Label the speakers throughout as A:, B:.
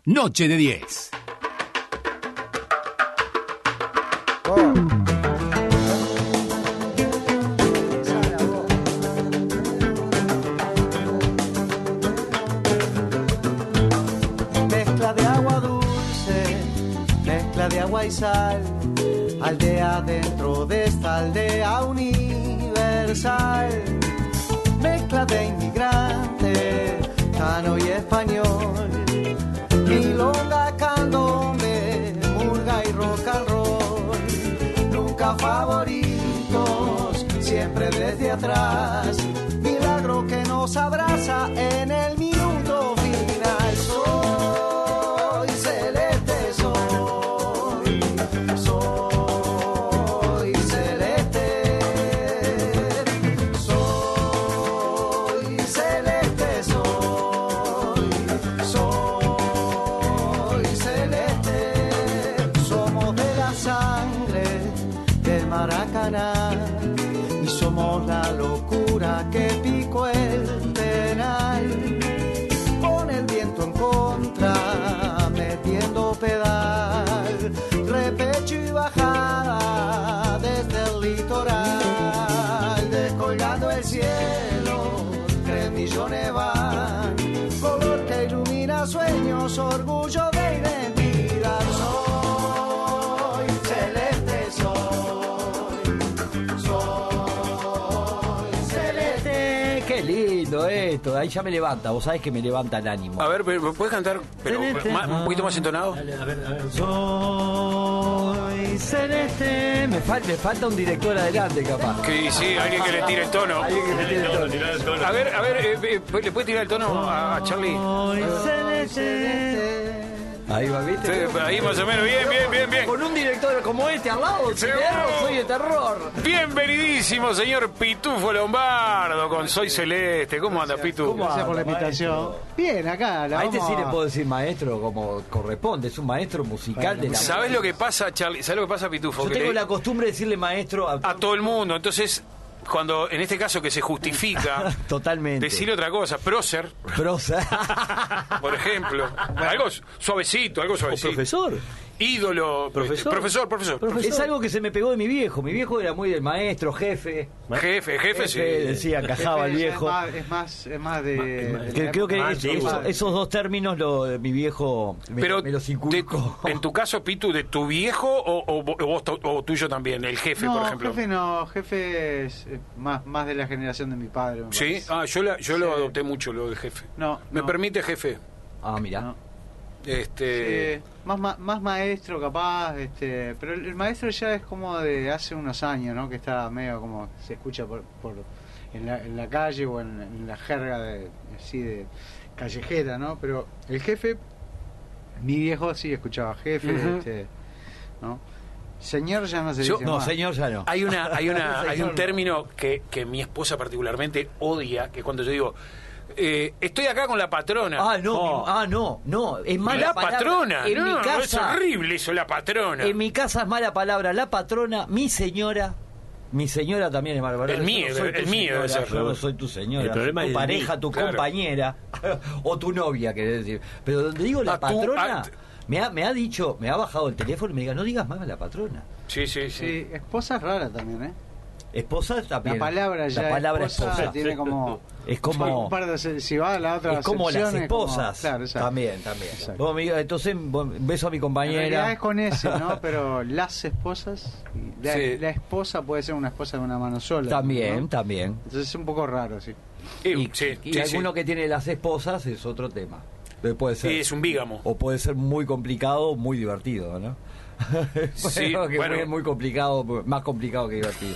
A: Noche de 10.
B: Mezcla de agua dulce, mezcla de agua y sal, aldea dentro de esta aldea universal. Mezcla de inmigrante, cano y español, milonga, candombe, murga y rock and roll. Nunca favoritos, siempre desde atrás, milagro que nos abraza en el minuto final. Soy celeste, soy celeste, soy celeste, soy celeste. Somos de la sangre del Maracaná y somos la locura que picó el penal. Con el viento en contra, metiendo pedal, repecho y bajada desde el litoral, descolgando el cielo, 3 millones van, color que ilumina sueños, orgullo de identidad. Soy celeste, soy celeste.
C: Qué lindo esto, ahí ya me levanta, vos sabés que me levanta el ánimo.
D: A ver, ¿puedes cantar pero un poquito más entonado?
C: A ver. Soy celeste. Me falta un director adelante, capaz.
D: Que sí, alguien que le tire el tono.
C: Alguien que me tire el tono.
D: A ver, ¿le puede tirar el tono a Charlie?
C: Soy celeste. Ahí va, ¿viste?
D: Sí, ahí más o menos, bien.
C: Con un director como este al lado,
D: Sí.
C: soy de terror.
D: Bienvenidísimo, señor Pitufo Lombardo, con Soy Celeste. ¿Cómo anda, Pitu?
B: Gracias por la invitación. Bien, acá la
C: A este
B: vamos
C: sí le puedo decir maestro como corresponde, es un maestro musical de la
D: ¿Sabes lo que pasa, Charlie? ¿Sabes lo que pasa, Pitufo?
C: Yo
D: Que
C: tengo
D: le-
C: la costumbre de decirle maestro
D: a todo el mundo. Entonces, cuando en este caso que se justifica,
C: Totalmente.
D: decirle otra cosa, prócer,
C: Prosa.
D: por ejemplo, algo suavecito, algo suavecito.
C: Profesor.
D: Ídolo,
C: Profesor.
D: profesor.
C: Es algo que se me pegó de mi viejo. Mi viejo era muy del maestro, jefe.
D: Jefe, sí.
C: Decía, encajaba el viejo.
B: Es más de
C: Creo que
B: más de
C: esos dos términos mi viejo
D: Pero
C: me los inculcó.
D: en tu caso, Pitu, ¿de tu viejo o tuyo también? El jefe,
B: no,
D: por ejemplo.
B: jefe es más de la generación de mi padre. me
D: Sí,
B: parece.
D: yo lo adopté mucho, lo del jefe.
B: No,
D: ¿Me
B: no.
D: permite, jefe?
C: Ah, mira.
B: No. Más maestro capaz, pero el maestro ya es como de hace unos años, ¿no? Que está medio como se escucha en la calle o en la jerga así de callejera, ¿no? Pero el jefe, mi viejo sí escuchaba jefe,
D: Ujú.
B: ¿no? Señor ya no se
D: Yo-
B: dice
C: No,
B: más.
C: señor, ya no.
D: Hay un
C: Señor,
D: término que mi esposa particularmente odia, que cuando yo digo, estoy acá con la patrona.
C: No, es mala
D: La
C: palabra.
D: patrona,
C: En mi
D: es
C: casa,
D: horrible eso, la patrona.
C: en mi casa es mala palabra la patrona, mi señora también es mala palabra.
D: El mío,
C: Yo no soy tu
D: el mío
C: señora,
D: debe ser.
C: yo no soy tu señora.
E: El problema
C: tu
E: es el
C: pareja,
E: mío,
C: tu
D: claro.
C: compañera o tu novia, querés decir. Pero donde digo la
D: Ah, tú,
C: patrona,
D: ah,
C: me ha dicho, me ha bajado el teléfono y me diga, no digas más a la patrona.
D: Sí.
B: Sí, esposa es rara también, ¿eh?
C: Esposa también.
B: La palabra ya
C: la palabra esposa.
B: tiene como
C: Es como
B: un par de- si va a la otra
C: es como las
B: acepción, es como-
C: esposas.
B: claro, exacto.
C: También.
B: Exacto.
C: Vos, amiga, entonces, beso a mi
B: En realidad
C: compañera.
B: es con ese, ¿no? Pero las esposas,
D: Sí.
B: la esposa puede ser una esposa de una mano sola.
C: También,
B: ¿no?
C: también.
B: Entonces es un poco raro, sí.
C: Y
D: Sí.
C: alguno que tiene las esposas es otro tema. Puede ser.
D: Sí, es un bígamo.
C: O puede ser muy complicado, muy divertido, ¿no?
D: Sí,
C: Bueno, que
D: bueno.
C: es muy complicado, más complicado que divertido.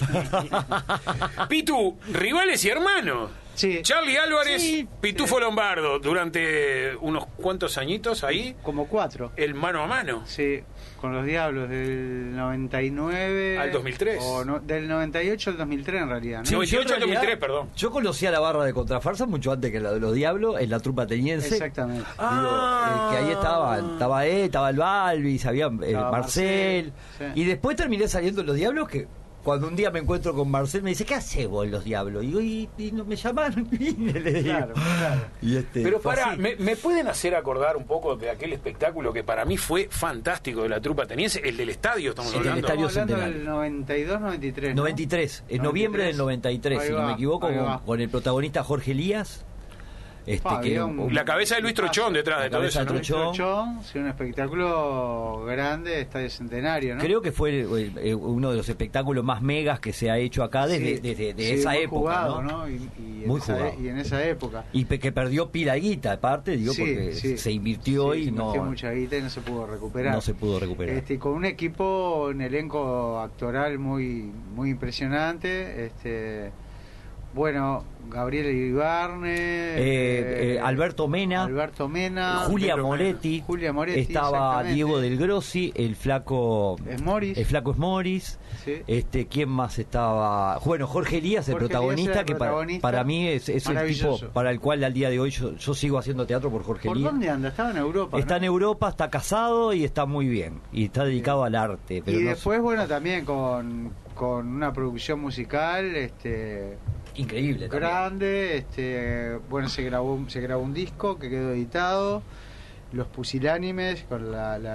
D: Pitu, rivales y hermanos.
B: Sí.
D: Charlie Álvarez,
C: Sí.
D: Pitufo Lombardo, durante unos cuantos añitos ahí,
B: Como 4.
D: el mano a mano.
B: Sí, con los Diablos del 99
D: Al 2003.
B: o no, del 98 al 2003 en realidad, ¿no?
D: Sí, 98
C: yo en
D: al 2003,
C: realidad,
D: perdón.
C: Yo conocía la barra de Contrafarsa mucho antes que la de los Diablos, en la trupa ateniense.
B: Exactamente.
C: Que ahí estaba él, estaba el Balvis, había
B: Estaba
C: Marcel.
B: Marcel, sí.
C: Y después terminé saliendo en los Diablos, que cuando un día me encuentro con Marcel, me dice, ¿qué haces vos en Los Diablos? Y digo, y no me llamaron, y vine, le digo.
B: Claro.
C: Y
D: Pero
C: fue
D: para,
C: así.
D: ¿me pueden hacer acordar un poco de aquel espectáculo que para mí fue fantástico de la trupa ateniense? El del estadio, estamos
C: Sí, del
D: hablando.
C: estadio.
B: Estamos hablando
C: Centenario.
B: del 92, 93, ¿no?
C: 93, en noviembre del 93,
B: Ahí
C: si no
B: va,
C: me equivoco,
B: ahí va.
C: con el protagonista Jorge Elías. Que
B: había
C: era
B: un-
D: La cabeza de Luis Trochón detrás de
C: La
D: todo
C: cabeza
D: eso,
C: de
D: ¿no?
C: Trochón.
B: Sí, un espectáculo grande, Estadio Centenario, ¿no?
C: Creo que fue uno de los espectáculos más megas que se ha hecho acá desde
B: Sí,
C: esa
B: muy
C: época,
B: jugado,
C: ¿no?
B: Y
C: Muy
B: en esa,
C: jugado.
B: y en esa época.
C: Y que perdió pila de guita, aparte, digo,
B: Sí,
C: porque
B: sí.
C: se invirtió
B: Sí,
C: y
B: se
C: no,
B: invirtió mucha guita y no se pudo recuperar.
C: no se pudo recuperar.
B: Con un equipo, un elenco actoral muy impresionante. Bueno, Gabriel Iribarne,
C: Alberto Mena, Julia
D: Pedro
C: Moretti,
B: Julia Moretti,
C: estaba
B: exactamente.
C: Diego del Grossi, el flaco
B: Morris.
C: Morris.
B: Sí.
C: ¿Quién más estaba? Bueno, Jorge Elías, el
B: Jorge
C: protagonista,
B: Elías era el
C: que
B: protagonista.
C: para mí es el tipo
B: Maravilloso.
C: para el cual al día de hoy yo sigo haciendo teatro por Jorge
B: ¿Por
C: Elías.
B: dónde anda? Estaba en Europa.
C: Está
B: ¿no?
C: en Europa, está casado y está muy bien. Y está dedicado al arte. Pero
B: Y
C: no
B: después, bueno, también con una producción musical
C: increíble también.
B: grande. Bueno, se grabó un disco que quedó editado. Los Pusilánimes, con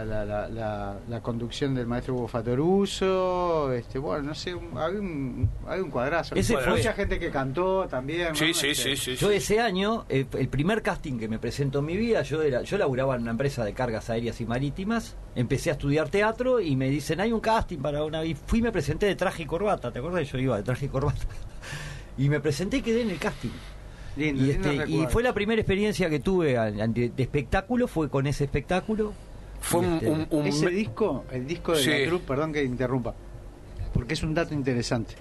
B: la conducción del maestro Hugo Fatoruso. Bueno, no sé, había un cuadrazo.
C: Ese fue-
B: Mucha gente que cantó también, ¿no?
D: Sí, sí, sí, sí.
C: Yo ese año, el primer casting que me presentó en mi vida, yo laburaba en una empresa de cargas aéreas y marítimas, empecé a estudiar teatro y me dicen, hay un casting para una... Y fui y me presenté de traje y corbata, ¿te acuerdas? Yo iba de traje y corbata. Y me presenté y quedé en el casting.
B: Lindo,
C: Y,
B: lindo
C: y
B: recuerdo.
C: fue la primera experiencia que tuve de espectáculo, fue con ese espectáculo.
D: Fue
C: Y
B: Ese disco, el disco de
D: Sí.
B: la troupe, perdón que interrumpa, porque es un dato interesante.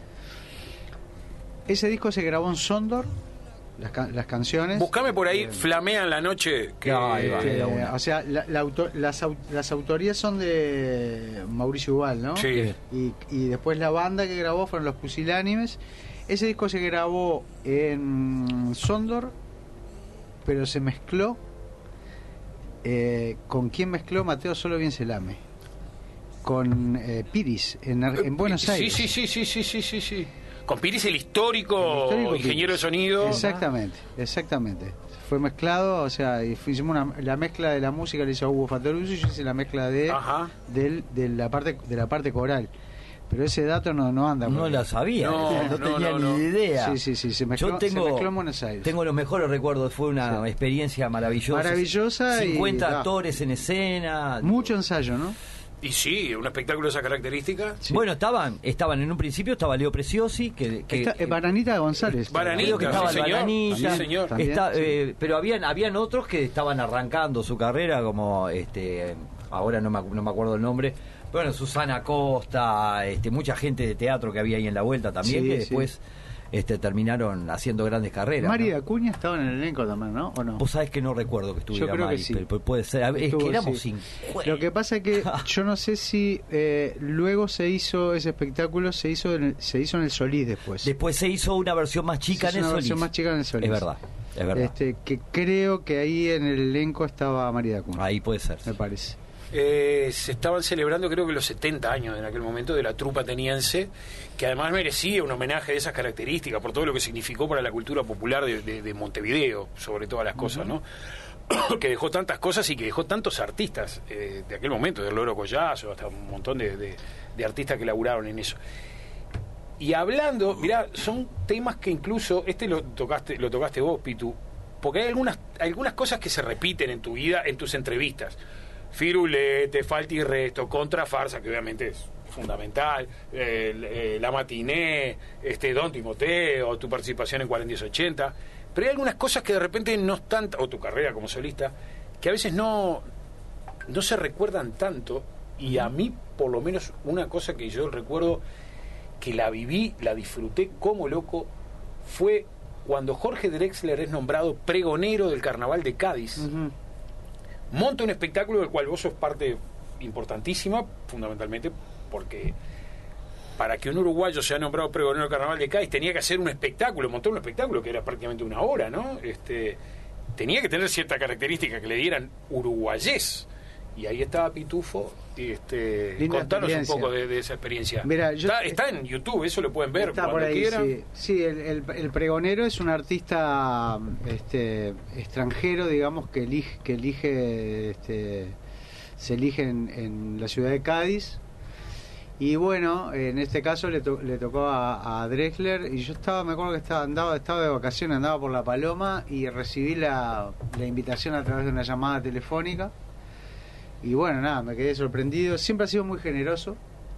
B: Ese disco se grabó en Sondor, las canciones.
D: Buscame por ahí, Flamea en la noche. Que,
C: Ahí va. era una.
B: O sea, las autorías son de Mauricio Ubal, ¿no?
D: Sí.
B: Y después la banda que grabó fueron los Pusilánimes. Ese disco se grabó en Sondor, pero se mezcló. ¿Con quién mezcló? Mateo Solo Bien Selame. Con Piris, en Buenos Aires.
D: Sí. Con Piris, el histórico,
B: El histórico
D: ingeniero de
B: Piris.
D: sonido.
B: Exactamente. Fue mezclado, o sea, hicimos la mezcla de la música, le hizo Hugo Fatoruso y yo hice la mezcla
D: Ajá.
B: de la parte coral. Pero ese dato no anda.
C: No
B: por
C: la
B: ahí.
C: sabía,
D: No,
C: tenía
D: no.
C: ni idea.
B: Sí, se mezcló, se mezcló en Buenos Aires.
C: Tengo los mejores recuerdos, fue una experiencia maravillosa.
B: Maravillosa
C: 50
B: y,
C: actores en escena.
B: Mucho ensayo, ¿no?
D: Y sí, un espectáculo de esa característica.
B: Sí.
C: Bueno, estaban en un principio, estaba Leo Preciosi, que
B: Baranita González.
D: Baranita,
C: creo que estaba
D: sí, señor.
C: Baranita,
D: Sí, señor.
B: También,
C: está,
B: sí.
C: pero habían otros que estaban arrancando su carrera, como ahora no me acuerdo el nombre. Bueno, Susana Costa, mucha gente de teatro que había ahí en la vuelta también,
B: Sí,
C: que
B: sí.
C: después terminaron haciendo grandes carreras.
B: Mari
C: ¿no?
B: Acuña estaba en el elenco también, ¿no? ¿O no?
C: Vos sabés que no recuerdo que estuviera
B: Yo creo que
C: Mari,
B: sí.
C: pero puede ser. Es
B: Estuvo,
C: que éramos
B: sí.
C: 50.
B: Lo que pasa es que yo no sé si luego se hizo ese espectáculo, se hizo en el Solís después.
C: Después se hizo una versión más chica
B: Se
C: en
B: hizo
C: el
B: una versión
C: Solís.
B: más chica en el Solís.
C: Es verdad.
B: Que creo que ahí en el elenco estaba María Acuña.
C: Ahí puede ser.
B: Me parece.
D: Se estaban celebrando creo que los 70 años en aquel momento de la trupa ateniense, que además merecía un homenaje de esas características por todo lo que significó para la cultura popular de Montevideo, sobre todas las cosas, ¿no? Que dejó tantas cosas y que dejó tantos artistas de aquel momento, del Loro Collazo hasta un montón de artistas que laburaron en eso. Y hablando, mirá, son temas que incluso, lo tocaste vos, Pitu, porque hay algunas cosas que se repiten en tu vida, en tus entrevistas. Firulete, Falta y Resto, Contrafarsa, que obviamente es fundamental, La Matiné, Don Timoteo, tu participación en 40-80, pero hay algunas cosas que de repente no están, o tu carrera como solista, que a veces no se recuerdan tanto, y a mí, por lo menos, una cosa que yo recuerdo que la viví, la disfruté como loco, fue cuando Jorge Drexler es nombrado pregonero del Carnaval de Cádiz.
B: Uh-huh.
D: Monta un espectáculo del cual vos sos parte importantísima, fundamentalmente porque para que un uruguayo sea nombrado pregonero del Carnaval de Cádiz tenía que hacer un espectáculo, montó un espectáculo que era prácticamente una hora, ¿no? Tenía que tener cierta característica que le dieran uruguayés, y ahí estaba Pitufo.
B: Linda
D: Contanos un
B: experiencia.
D: poco de esa experiencia.
B: Mira,
D: Está en YouTube, eso lo pueden ver
B: está
D: cuando
B: por ahí,
D: quieran.
B: sí. Sí, el pregonero es un artista extranjero, digamos, que elige se elige en la ciudad de Cádiz. Y bueno, en este caso le tocó a Drexler, y yo me acuerdo que estaba de vacaciones, andaba por La Paloma y recibí la invitación a través de una llamada telefónica. Y bueno, nada, me quedé sorprendido. Siempre ha sido muy generoso.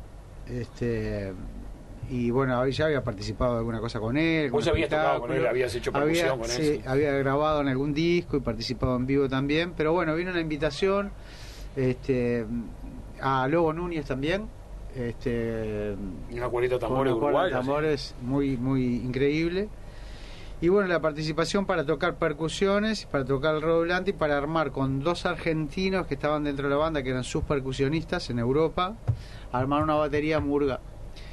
B: Y bueno, ya había participado de alguna cosa con él.
D: Vos habías tocado con él, habías hecho percusión con él.
B: Sí, había grabado en algún disco y participado en vivo también. Pero bueno, vino una invitación a Lobo Núñez también.
D: Una cuareta de tambores
B: con una cuerda de
D: uruguaya.
B: tambores muy, muy increíble. Y bueno, la participación para tocar percusiones, para tocar el redoblante y para armar con 2 argentinos que estaban dentro de la banda, que eran sus percusionistas en Europa, armar una batería murga.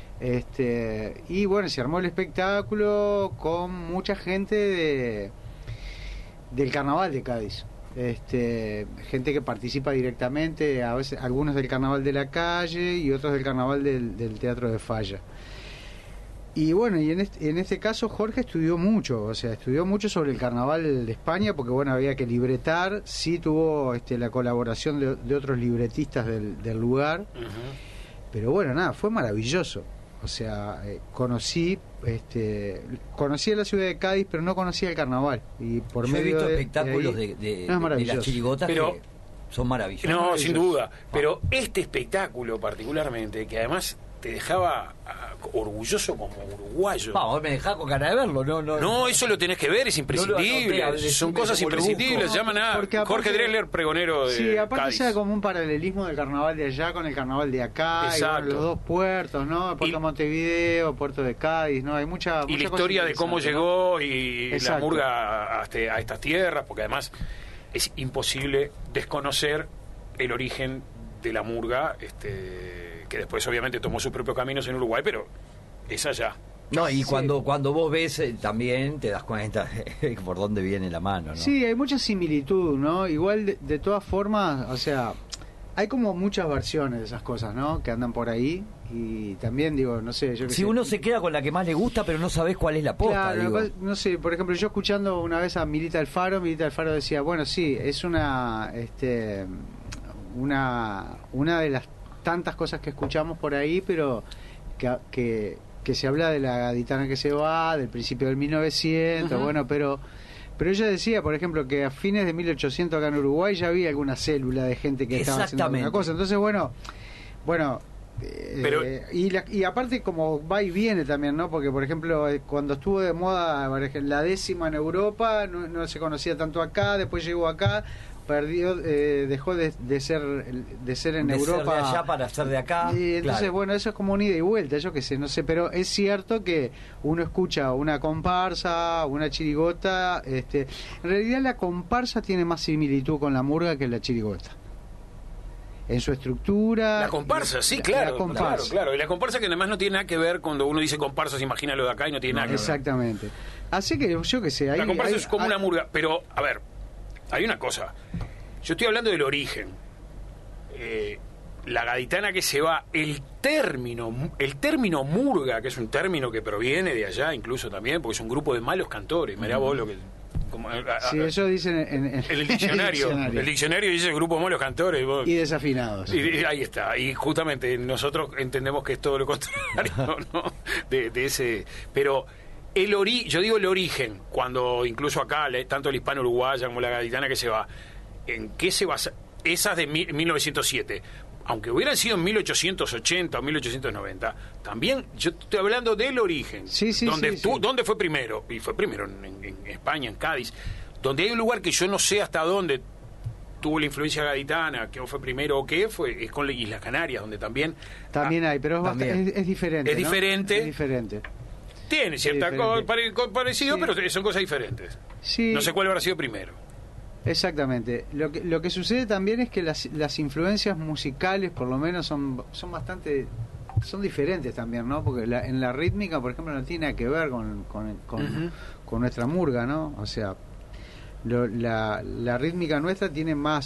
B: Y bueno, se armó el espectáculo con mucha gente del carnaval de Cádiz. Gente que participa directamente, a veces algunos del carnaval de la calle y otros del carnaval del Teatro de Falla. Y bueno, y en este caso Jorge estudió mucho sobre el carnaval de España, porque bueno, había que libretar. Sí tuvo la colaboración de otros libretistas del lugar.
D: Uh-huh.
B: Pero bueno, nada, fue maravilloso. O sea, conocí la ciudad de Cádiz, pero no conocía el carnaval. Y por
C: Yo he
B: medio
C: visto
B: de
C: espectáculos
B: ahí,
C: de
B: no, es
C: las chirigotas,
D: pero
C: que son maravillosos.
D: No, sin
B: maravilloso.
D: duda. Pero este espectáculo particularmente, que además te dejaba orgulloso como uruguayo.
C: Vamos, me dejás con ganas de verlo.
D: No, eso lo tenés que ver, es imprescindible.
C: No lo anoté,
D: Son
C: decime
D: cosas
C: cómo lo
D: imprescindibles.
C: busco.
D: Llaman a
B: Porque aparte-
D: Jorge Drexler, pregonero de
B: Sí, aparte
D: Cádiz.
B: sea como un paralelismo del carnaval de allá con el carnaval de acá. Y
D: Exacto.
B: bueno, los dos puertos, ¿no? El puerto de Montevideo, puerto de Cádiz, ¿no? Hay mucha
D: Y la
B: cosa
D: historia de cómo
B: interesante, ¿no?
D: llegó y la
B: Exacto.
D: murga a estas tierras, porque además es imposible desconocer el origen de la murga, que después obviamente tomó sus propios caminos en Uruguay, pero es allá.
C: No, y
B: Sí.
C: cuando vos ves también te das cuenta por dónde viene la mano, ¿no?
B: Sí, hay mucha similitud, ¿no? Igual, de todas formas, o sea, hay como muchas versiones de esas cosas, ¿no? Que andan por ahí. Y también, digo, no sé, yo qué
C: Si
B: sé.
C: uno se queda con la que más le gusta, pero no sabés cuál es la posta,
B: Claro,
C: digo.
B: no sé, por ejemplo, yo escuchando una vez a Milita Alfaro decía, bueno, sí, es una de las tantas cosas que escuchamos por ahí, pero que se habla de la gaditana que se va, del principio del 1900,
D: Ujú.
B: bueno, pero ella decía, por ejemplo, que a fines de 1800 acá en Uruguay ya había alguna célula de gente que estaba haciendo alguna
C: Exactamente.
B: cosa. Entonces, bueno,
D: Pero-
B: y aparte como va y viene también, ¿no? Porque por ejemplo cuando estuvo de moda la décima en Europa no se conocía tanto acá, después llegó acá, dejó de ser en
C: De ser
B: Europa
C: de allá para ser de acá.
B: y entonces
C: claro.
B: bueno, eso es como un ida y vuelta, yo qué sé, no sé, pero es cierto que uno escucha una comparsa, una chirigota, en realidad la comparsa tiene más similitud con la murga que la chirigota. En su estructura.
D: La comparsa, sí, claro,
B: La comparsa.
D: claro. Y la comparsa que además no tiene nada que ver cuando uno dice comparsa, se imagina lo de acá y no tiene nada que ver.
B: Exactamente. Así que yo qué sé.
D: La comparsa es como una murga, pero a ver, hay una cosa. Yo estoy hablando del origen. La gaditana que se va, el término murga, que es un término que proviene de allá incluso también, porque es un grupo de malos cantores. Mirá vos lo que...
B: Sí, eso dicen en
D: el diccionario. El diccionario dice grupo de malos cantores.
B: Y desafinados.
D: Y ahí está. Y justamente nosotros entendemos que es todo lo contrario, ¿no? De ese... Pero... yo digo el origen, cuando incluso acá, tanto el hispano uruguaya como la gaditana que se va, ¿en qué se basa? Esas de 1907, aunque hubieran sido en 1880 o 1890, también yo estoy hablando del origen.
B: Sí,
D: donde
B: sí.
D: ¿Dónde fue primero? Y fue primero en España, en Cádiz, donde hay un lugar que yo no sé hasta dónde tuvo la influencia gaditana, que fue primero o qué, es con las Islas Canarias, donde también...
B: Hay, pero es diferente.
D: Es
B: ¿no?
D: diferente.
B: Es diferente.
D: Tiene cierta parecido,
B: Sí.
D: pero son cosas diferentes.
B: Sí.
D: No sé cuál habrá sido primero.
B: Exactamente. Lo que sucede también es que las influencias musicales, por lo menos, son diferentes también, ¿no? Porque en la rítmica, por ejemplo, no tiene nada que ver con nuestra murga, ¿no? O sea, la rítmica nuestra tiene más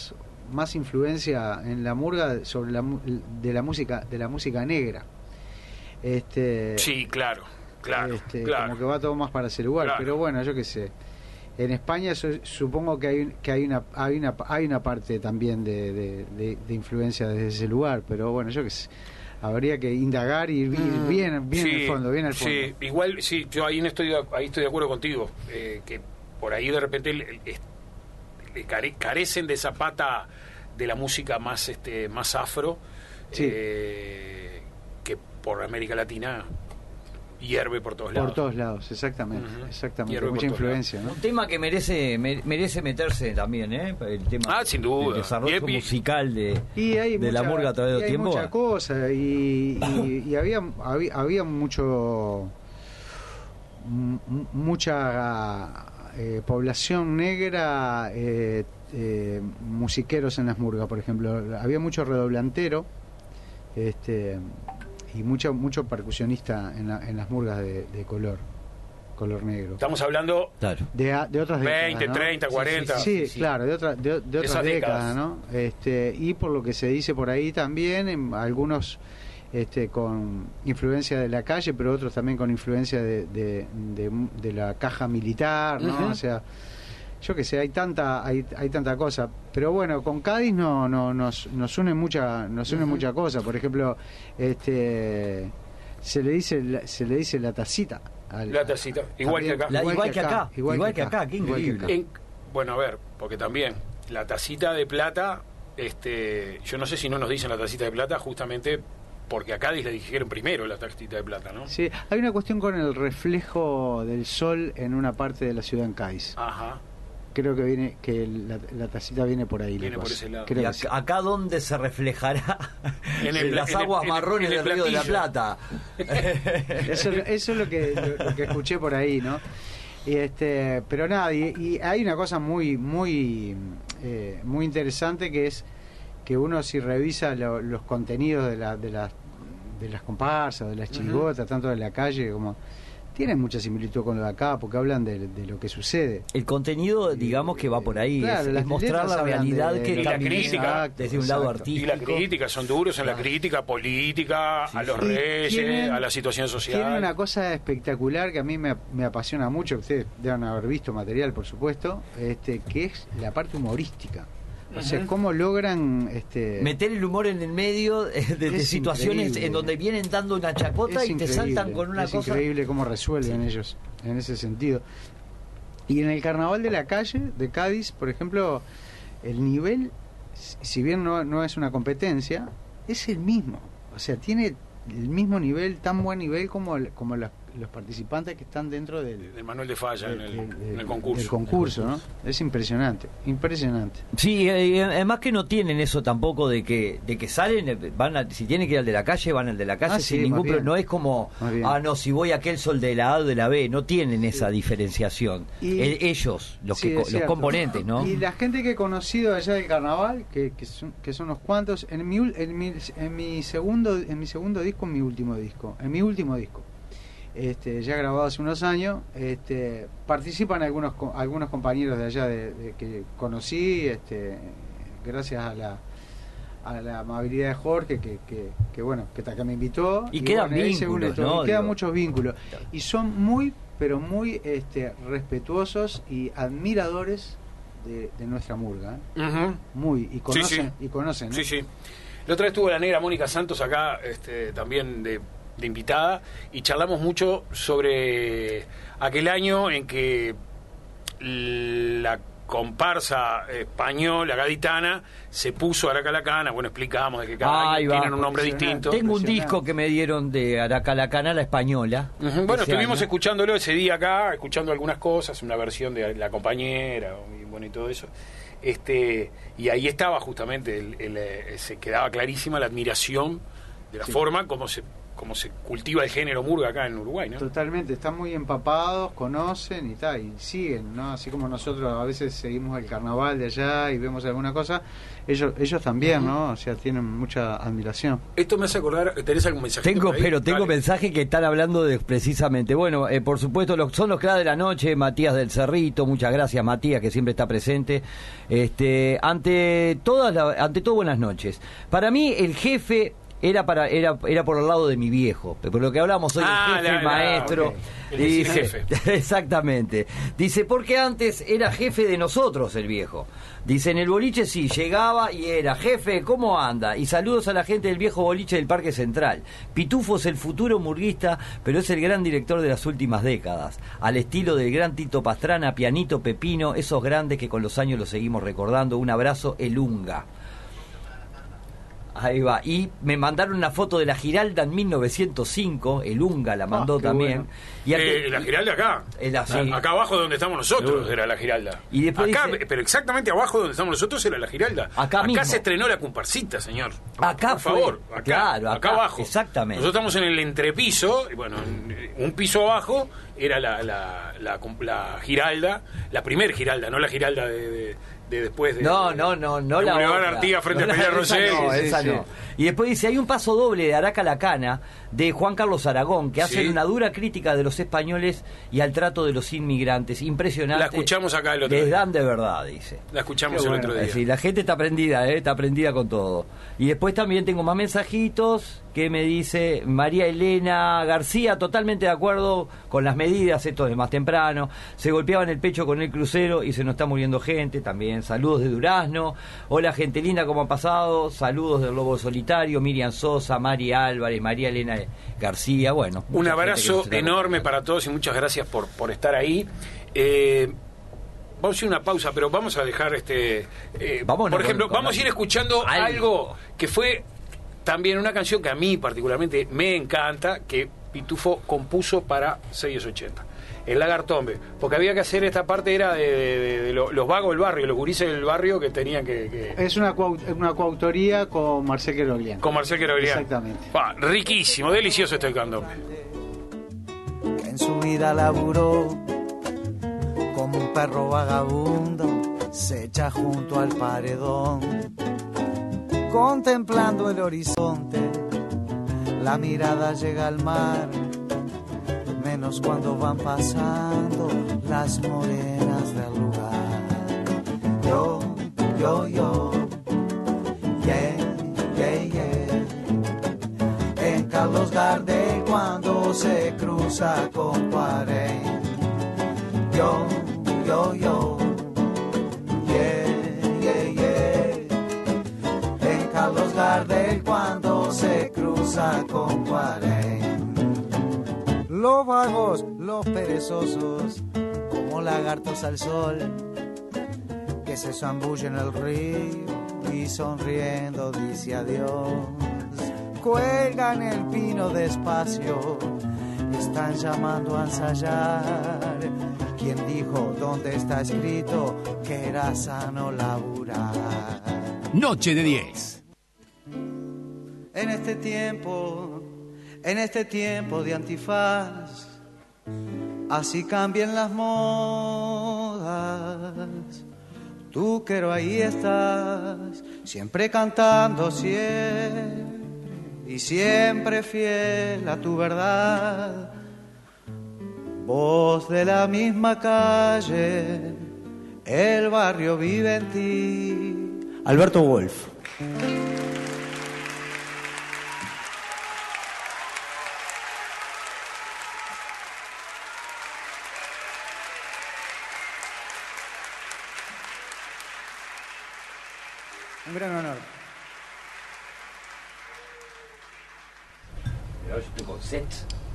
B: más influencia en la murga sobre de la música negra.
D: Sí, claro.
B: Como que va todo más para ese lugar, pero bueno, yo qué sé. En España supongo que hay una parte también de influencia desde ese lugar, pero bueno, yo qué sé. Habría que indagar y ir bien al fondo, bien al fondo.
D: Sí, igual, sí, yo ahí estoy de acuerdo contigo, que por ahí de repente carecen de esa pata de la música más más afro, que por América Latina hierve por todos lados.
B: Por todos lados, exactamente. Mucha influencia, ¿no?
C: Un tema que merece meterse también, el tema
D: sin duda.
C: del desarrollo musical de la murga a través del tiempo.
B: Hay mucha cosa y había mucha población negra, musiqueros en las murgas, por ejemplo. Había mucho redoblantero, y mucho percusionista en las murgas de color negro.
D: Estamos hablando
B: de otras
D: 20,
B: décadas, ¿no?
D: 30, 40.
B: Sí, claro, de otras décadas, ¿no? Y por lo que se dice por ahí también, algunos con influencia de la calle, pero otros también con influencia de la caja militar, ¿no? O sea, yo que sé, hay tanta cosa, pero bueno, con Cádiz nos une mucha cosa. Por ejemplo, se le dice la tacita.
D: La tacita, igual que acá.
C: Igual que acá, qué increíble.
D: Bueno, a ver, porque también la tacita de plata, yo no sé si no nos dicen la tacita de plata justamente porque a Cádiz le dijeron primero la tacita de plata, ¿no?
B: Sí, hay una cuestión con el reflejo del sol en una parte de la ciudad en Cádiz.
D: Ajá.
B: Creo que la tacita viene por ahí.
D: Viene por ese lado.
C: ¿Y acá dónde se reflejará? En las aguas marrones del Río de la Plata.
B: Eso es lo que escuché por ahí, ¿no? Pero nada, y hay una cosa muy interesante, que es que uno, si revisa los contenidos de las comparsas, de las chirigotas, tanto de la calle como... Tienen mucha similitud con lo de acá, porque hablan de lo que sucede.
C: El contenido, digamos, que va por ahí,
B: claro,
C: es mostrar la realidad que
D: la crítica
C: desde un lado artístico.
D: Y la crítica, son duros en la crítica política, a los reyes, a la situación social.
B: Tiene una cosa espectacular que a mí me apasiona mucho, ustedes deben haber visto material, por supuesto, que es la parte humorística. O sea, cómo logran
C: meter el humor en el medio de situaciones increíble. En donde vienen dando una chacota y te saltan con una cosa.
B: Es increíble cómo resuelven ellos en ese sentido. Y en el carnaval de la calle de Cádiz, por ejemplo, el nivel, si bien no es una competencia, es el mismo. O sea, tiene el mismo nivel, tan buen nivel como los participantes que están dentro del
D: Manuel de Falla en el concurso.
B: Del concurso, ¿no? Es impresionante.
C: Sí, además que no tienen eso tampoco de que salen, si tienen que ir al de la calle, van al de la calle sin ningún problema. No es como, no, si voy a aquel sol de la A o de la B, no tienen esa diferenciación. Ellos, los componentes, ¿no?
B: Y la gente que he conocido allá del carnaval, que son unos cuantos, en mi segundo disco, en mi último disco, ya grabado hace unos años, participan algunos compañeros de allá que conocí, gracias a la amabilidad de Jorge, que me invitó,
C: y quedan vínculos, ¿no?
B: Quedan muchos vínculos, y son muy respetuosos y admiradores de nuestra murga, muy, y conocen, ¿no?
D: Sí. La otra vez estuvo la negra Mónica Santos acá, también de invitada, y charlamos mucho sobre aquel año en que la comparsa española gaditana se puso Aracalacana. Bueno, explicamos de que cada año tienen un nombre distinto.
C: Tengo un disco que me dieron de Aracalacana, la española.
D: Bueno, estuvimos escuchándolo ese día acá, escuchando algunas cosas, una versión de La Compañera, y todo eso. Y ahí estaba justamente se quedaba clarísima la admiración de la forma como se como se cultiva el género murga acá en Uruguay, ¿no?
B: Totalmente, están muy empapados, conocen y siguen, ¿no? Así como nosotros a veces seguimos el carnaval de allá y vemos alguna cosa, ellos también, ¿no? O sea, tienen mucha admiración.
D: Esto me hace acordar, ¿tenés algún mensaje?
C: Tengo mensajes que están hablando de precisamente. Bueno, por supuesto, son los cracks de la noche, Matías del Cerrito, muchas gracias Matías, que siempre está presente. Ante todo, buenas noches. Para mí, el jefe era por el lado de mi viejo, por lo que hablamos hoy, el jefe, el maestro.
D: Okay. El jefe.
C: Exactamente. Dice, porque antes era jefe de nosotros el viejo. Dice, en el boliche sí, llegaba y era, jefe, ¿cómo anda? Y saludos a la gente del viejo boliche del Parque Central. Pitufo es el futuro murguista, pero es el gran director de las últimas décadas. Al estilo del gran Tito Pastrana, Pianito, Pepino, esos grandes que con los años los seguimos recordando. Un abrazo, el Unga. Ahí va, y me mandaron una foto de la Giralda en 1905, el Unga la mandó también.
D: Bueno. Y la Giralda acá, acá abajo donde estamos nosotros era la Giralda.
C: Y después
D: acá,
C: dice,
D: pero exactamente abajo donde estamos nosotros era la Giralda.
C: Acá mismo
D: se estrenó la comparsita, señor.
C: Acá,
D: por favor, acá,
C: claro,
D: acá abajo.
C: Exactamente.
D: Nosotros estamos en el entrepiso, y bueno, un piso abajo era la Giralda, la primer Giralda, no la Giralda de después de...
C: No, la
D: Boulevard Artigas frente a Peña Rosell.
C: Esa no. Y después dice, hay un paso doble de Araca la Cana, de Juan Carlos Aragón, que hace una dura crítica de los españoles y al trato de los inmigrantes. Impresionante.
D: La escuchamos acá el otro día.
C: Les dan de verdad, dice.
D: La escuchamos el otro día.
C: Sí, la gente está prendida con todo. Y después también tengo más mensajitos que me dice María Elena García, totalmente de acuerdo con las medidas, esto de más temprano. Se golpeaban el pecho con el crucero y se nos está muriendo gente también. Saludos de Durazno. Hola, gente linda, ¿cómo ha pasado? Saludos del Lobo Solitario, Miriam Sosa, Mari Álvarez, María Elena García. Bueno,
D: un abrazo enorme para todos y muchas gracias por estar ahí. Vamos a ir a una pausa, pero vamos a dejar por ejemplo, vamos a ir escuchando algo que fue también una canción que a mí particularmente me encanta, que Pitufo compuso para 680. El Lagartombe, porque había que hacer esta parte, era de los vagos del barrio, los gurises del barrio que tenían que...
B: Es una coautoría con Marcel Queroglián.
D: Con Marcel Queroglián.
B: Exactamente.
D: Riquísimo, delicioso este candombe.
A: En su vida laburó como un perro vagabundo, se echa junto al paredón, contemplando el horizonte, la mirada llega al mar, menos cuando van pasando las morenas del lugar. Yo, yeah. En Carlos Gardel cuando se cruza con Cuarén. Yo, yeah. En Carlos Gardel cuando se cruza con Cuarén. Los vagos, los perezosos, como lagartos al sol, que se zambullen en el río y sonriendo dice adiós. Cuelgan el pino despacio, están llamando a ensayar. ¿Quién dijo dónde está escrito que era sano laburar?
E: Noche de 10.
A: En este tiempo de antifaz, así cambian las modas. Tú, Quero, ahí estás, siempre cantando, siempre, y siempre fiel a tu verdad. Voz de la misma calle, el barrio vive en ti. Alberto Wolf. Un gran honor.
C: Pero yo estoy con set.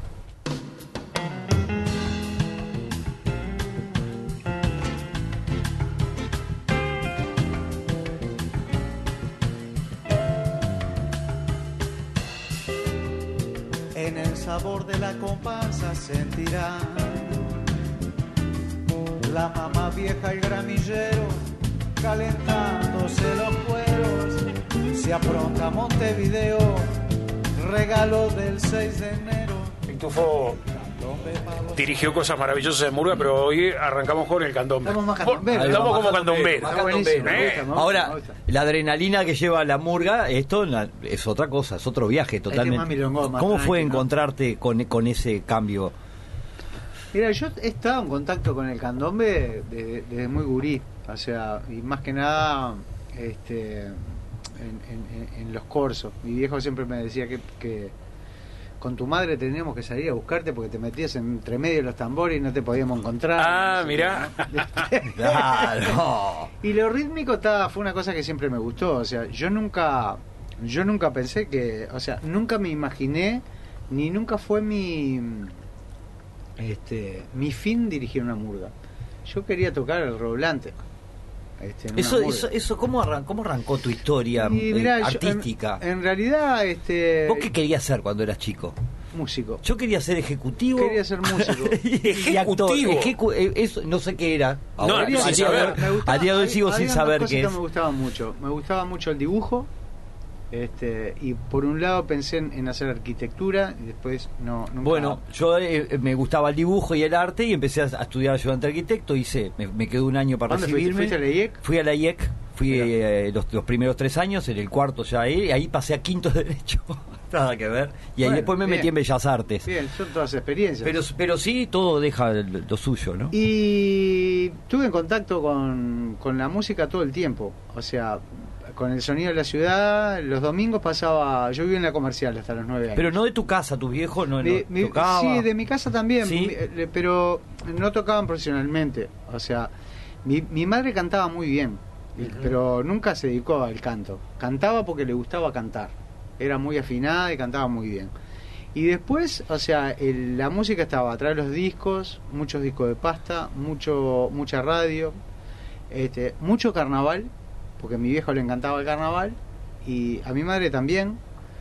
A: En el sabor de la comparsa sentirán la mamá vieja, el gramillero, calentándose los cueros. Se apronta Montevideo, regalo del 6 de enero.
D: Pitufo dirigió cosas maravillosas en Murga, pero hoy arrancamos con el candombe.
B: Estamos más candomberos.
D: Estamos como
C: Más
D: candomberos.
C: Más
B: Está buenísimo,
C: candombero.
B: me gusta, me gusta,
C: Ahora,
B: me gusta.
C: la adrenalina que lleva la murga, esto es otra cosa, es otro viaje totalmente.
B: más milongón, más
C: ¿Cómo fue
B: tranqui, ¿no?
C: encontrarte con ese cambio?
B: Mira, yo he estado en contacto con el candombe desde muy gurí, o sea, y más que nada en los corsos. Mi viejo siempre me decía que con tu madre teníamos que salir a buscarte porque te metías entre medio de los tambores y no te podíamos encontrar.
D: Ah,
B: No sé
D: mirá.
B: qué, ¿no?
C: Claro.
B: Y lo rítmico fue una cosa que siempre me gustó, o sea, yo nunca pensé que, o sea, nunca me imaginé ni nunca fue mi fin dirigir una murga. Yo quería tocar el redoblante. En una murga.
C: Eso ¿cómo arrancó tu historia
B: Y mirá, yo,
C: artística?
B: en realidad,
C: ¿Vos qué querías ser cuando eras chico?
B: músico.
C: Yo quería ser ejecutivo.
B: Quería ser músico.
C: y actor. Eso no sé qué era.
D: No,
C: Ahora,
D: sin
C: al día de
D: saber.
C: hoy- al día de hoy sigo sin
B: había
C: saber
B: dos
C: qué
B: cosas
C: es.
B: que me gustaban mucho. Me gustaba mucho el dibujo. Y por un lado pensé en hacer arquitectura y después nunca.
C: Bueno, yo me gustaba el dibujo y el arte y empecé a estudiar ayudante arquitecto. Me quedó un año para
B: ¿Dónde
C: recibirme.
B: fuiste? ¿Fuiste a la IEC?
C: Fui a la IEC, los primeros 3 años, en el cuarto ya ahí pasé a quinto de derecho. Nada que ver. Y ahí
B: Bueno,
C: después me
B: bien.
C: metí en Bellas Artes.
B: Bien, son todas experiencias.
C: Pero sí, todo deja lo suyo, ¿no?
B: Y tuve en contacto con la música todo el tiempo. O sea, con el sonido de la ciudad. Los domingos yo vivía en la Comercial hasta los 9 años.
C: Pero no de tu casa, tus viejos no tocaban.
B: Sí, de mi casa también,
C: Sí.
B: pero no tocaban profesionalmente. O sea, mi madre cantaba muy bien, pero nunca se dedicó al canto. Cantaba porque le gustaba cantar. Era muy afinada y cantaba muy bien. Y después, o sea, la música estaba atrás de los discos, muchos discos de pasta, mucha radio, mucho carnaval, porque a mi viejo le encantaba el carnaval y a mi madre también.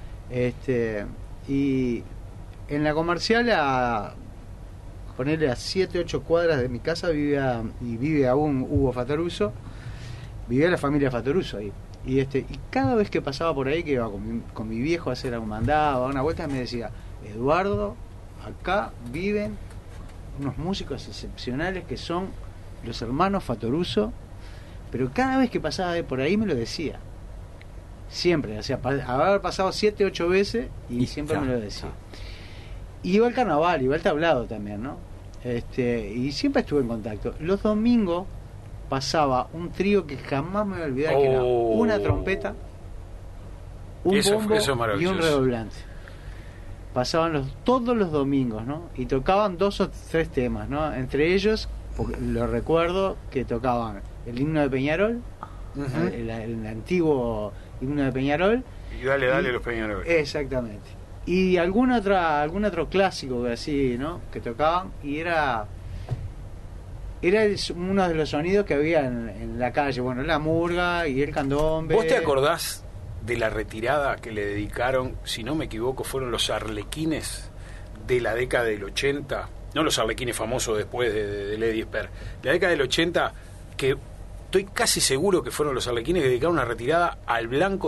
B: Y en la Comercial, a ponerle a 7-8 cuadras de mi casa vive aún Hugo Fatoruso. Vivía la familia Fatoruso ahí. Y cada vez que pasaba por ahí, que iba con mi viejo a hacer algún mandado, a dar una vuelta, me decía: Eduardo, acá viven unos músicos excepcionales que son los hermanos Fatoruso. Pero cada vez que pasaba por ahí me lo decía. Siempre, o sea, haber pasado 7-8 veces y siempre me lo decía. Y iba al carnaval, iba al tablado también, ¿no? Y siempre estuve en contacto. Los domingos pasaba un trío que jamás me voy a olvidar, que era una trompeta, un bombo
D: eso es
B: y
D: maravilloso.
B: un redoblante. Pasaban todos los domingos, ¿no? Y tocaban 2 o 3 temas, ¿no? Entre ellos, porque lo recuerdo, que tocaban el himno de Peñarol, el antiguo himno de Peñarol.
D: Y dale los Peñarol.
B: Exactamente. Y algún otro clásico así, ¿no? Que tocaban, y era uno de los sonidos que había en la calle. Bueno, la murga y el candombe.
D: ¿Vos te acordás de la retirada que le dedicaron, si no me equivoco, fueron los arlequines de la década del 80? No los arlequines famosos después de Lady Esper. La década del 80, que estoy casi seguro que fueron los arlequines que dedicaron una retirada al blanco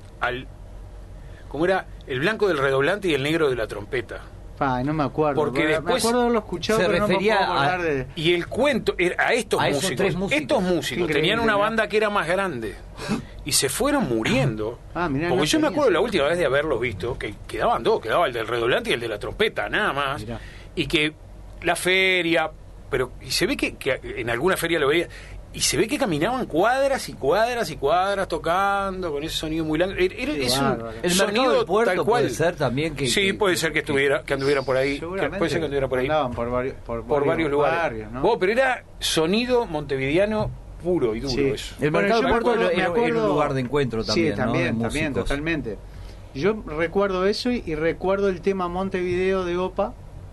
D: ¿cómo era? El blanco del redoblante y el negro de la trompeta.
B: No me acuerdo.
D: Porque
B: me
D: después
B: acuerdo de haberlo escuchado,
C: se
B: pero
C: refería
B: no me puedo acordar de...
D: Y el cuento era a esos
C: esos tres músicos.
D: Estos músicos
B: Qué
D: tenían
B: increíble,
D: una
B: ¿no?
D: banda que era más grande y se fueron muriendo.
B: Mirá,
D: Porque
B: no
D: yo me
B: tenía
D: acuerdo la
B: ese-
D: última vez de haberlos visto que quedaban dos, quedaba el del redoblante y el de la trompeta, nada más.
B: Mirá.
D: Y que la feria, y se ve que en alguna feria lo veía, y se ve que caminaban cuadras y cuadras y cuadras tocando con ese sonido muy largo. Es un
B: bárbaro.
C: El
D: sonido
C: mercado del puerto
D: tal cual.
C: puede ser también que...
D: Sí, puede ser que anduvieran por ahí.
B: Seguramente
D: Puede ser que anduvieran por ahí.
B: andaban por
D: Varios lugares.
B: barrios, ¿no?
D: Pero era sonido montevideano puro y duro,
B: Sí.
D: eso.
C: El mercado del
B: yo me
C: puerto
B: acuerdo-
C: era
B: me acuerdo-
C: un lugar de encuentro también,
B: Sí,
C: ¿no?
B: también,
C: De
B: también,
C: músicos.
B: totalmente. Yo recuerdo eso y recuerdo el tema Montevideo de Opa.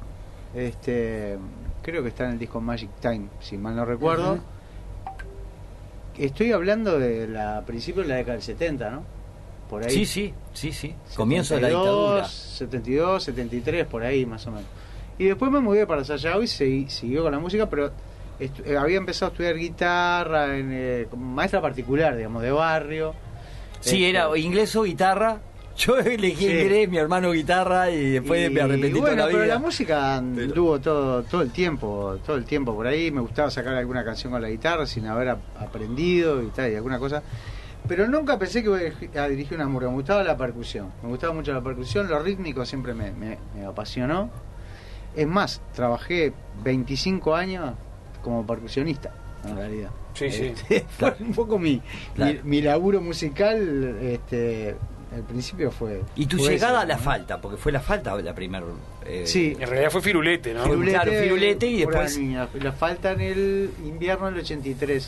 B: Creo que está en el disco Magic Time, si mal no recuerdo.
D: Ujú.
B: Estoy hablando de principios de la década del 70, ¿no? Por ahí.
C: Sí. Comienzo de la dictadura.
B: 72, 73, por ahí más o menos. Y después me mudé para Sayago y siguió con la música, pero había empezado a estudiar guitarra, como maestra particular, digamos, de barrio.
C: Sí, era inglés o guitarra. Yo elegí inglés, mi hermano guitarra, y después me arrepentí toda la vida.
B: Pero la música anduvo todo el tiempo por ahí. Me gustaba sacar alguna canción con la guitarra sin haber aprendido y tal, y alguna cosa. Pero nunca pensé que iba a dirigir una murga. Me gustaba la percusión. Me gustaba mucho la percusión. Lo rítmico siempre me apasionó. Es más, trabajé 25 años como percusionista, en realidad.
D: Sí.
B: Fue un poco mi laburo musical. Al principio fue.
C: Y tu llegada a La Falta, porque fue La Falta la primera.
B: Sí.
D: En realidad fue Firulete, ¿no?
C: Firulete y después.
B: La Falta en el invierno del 83.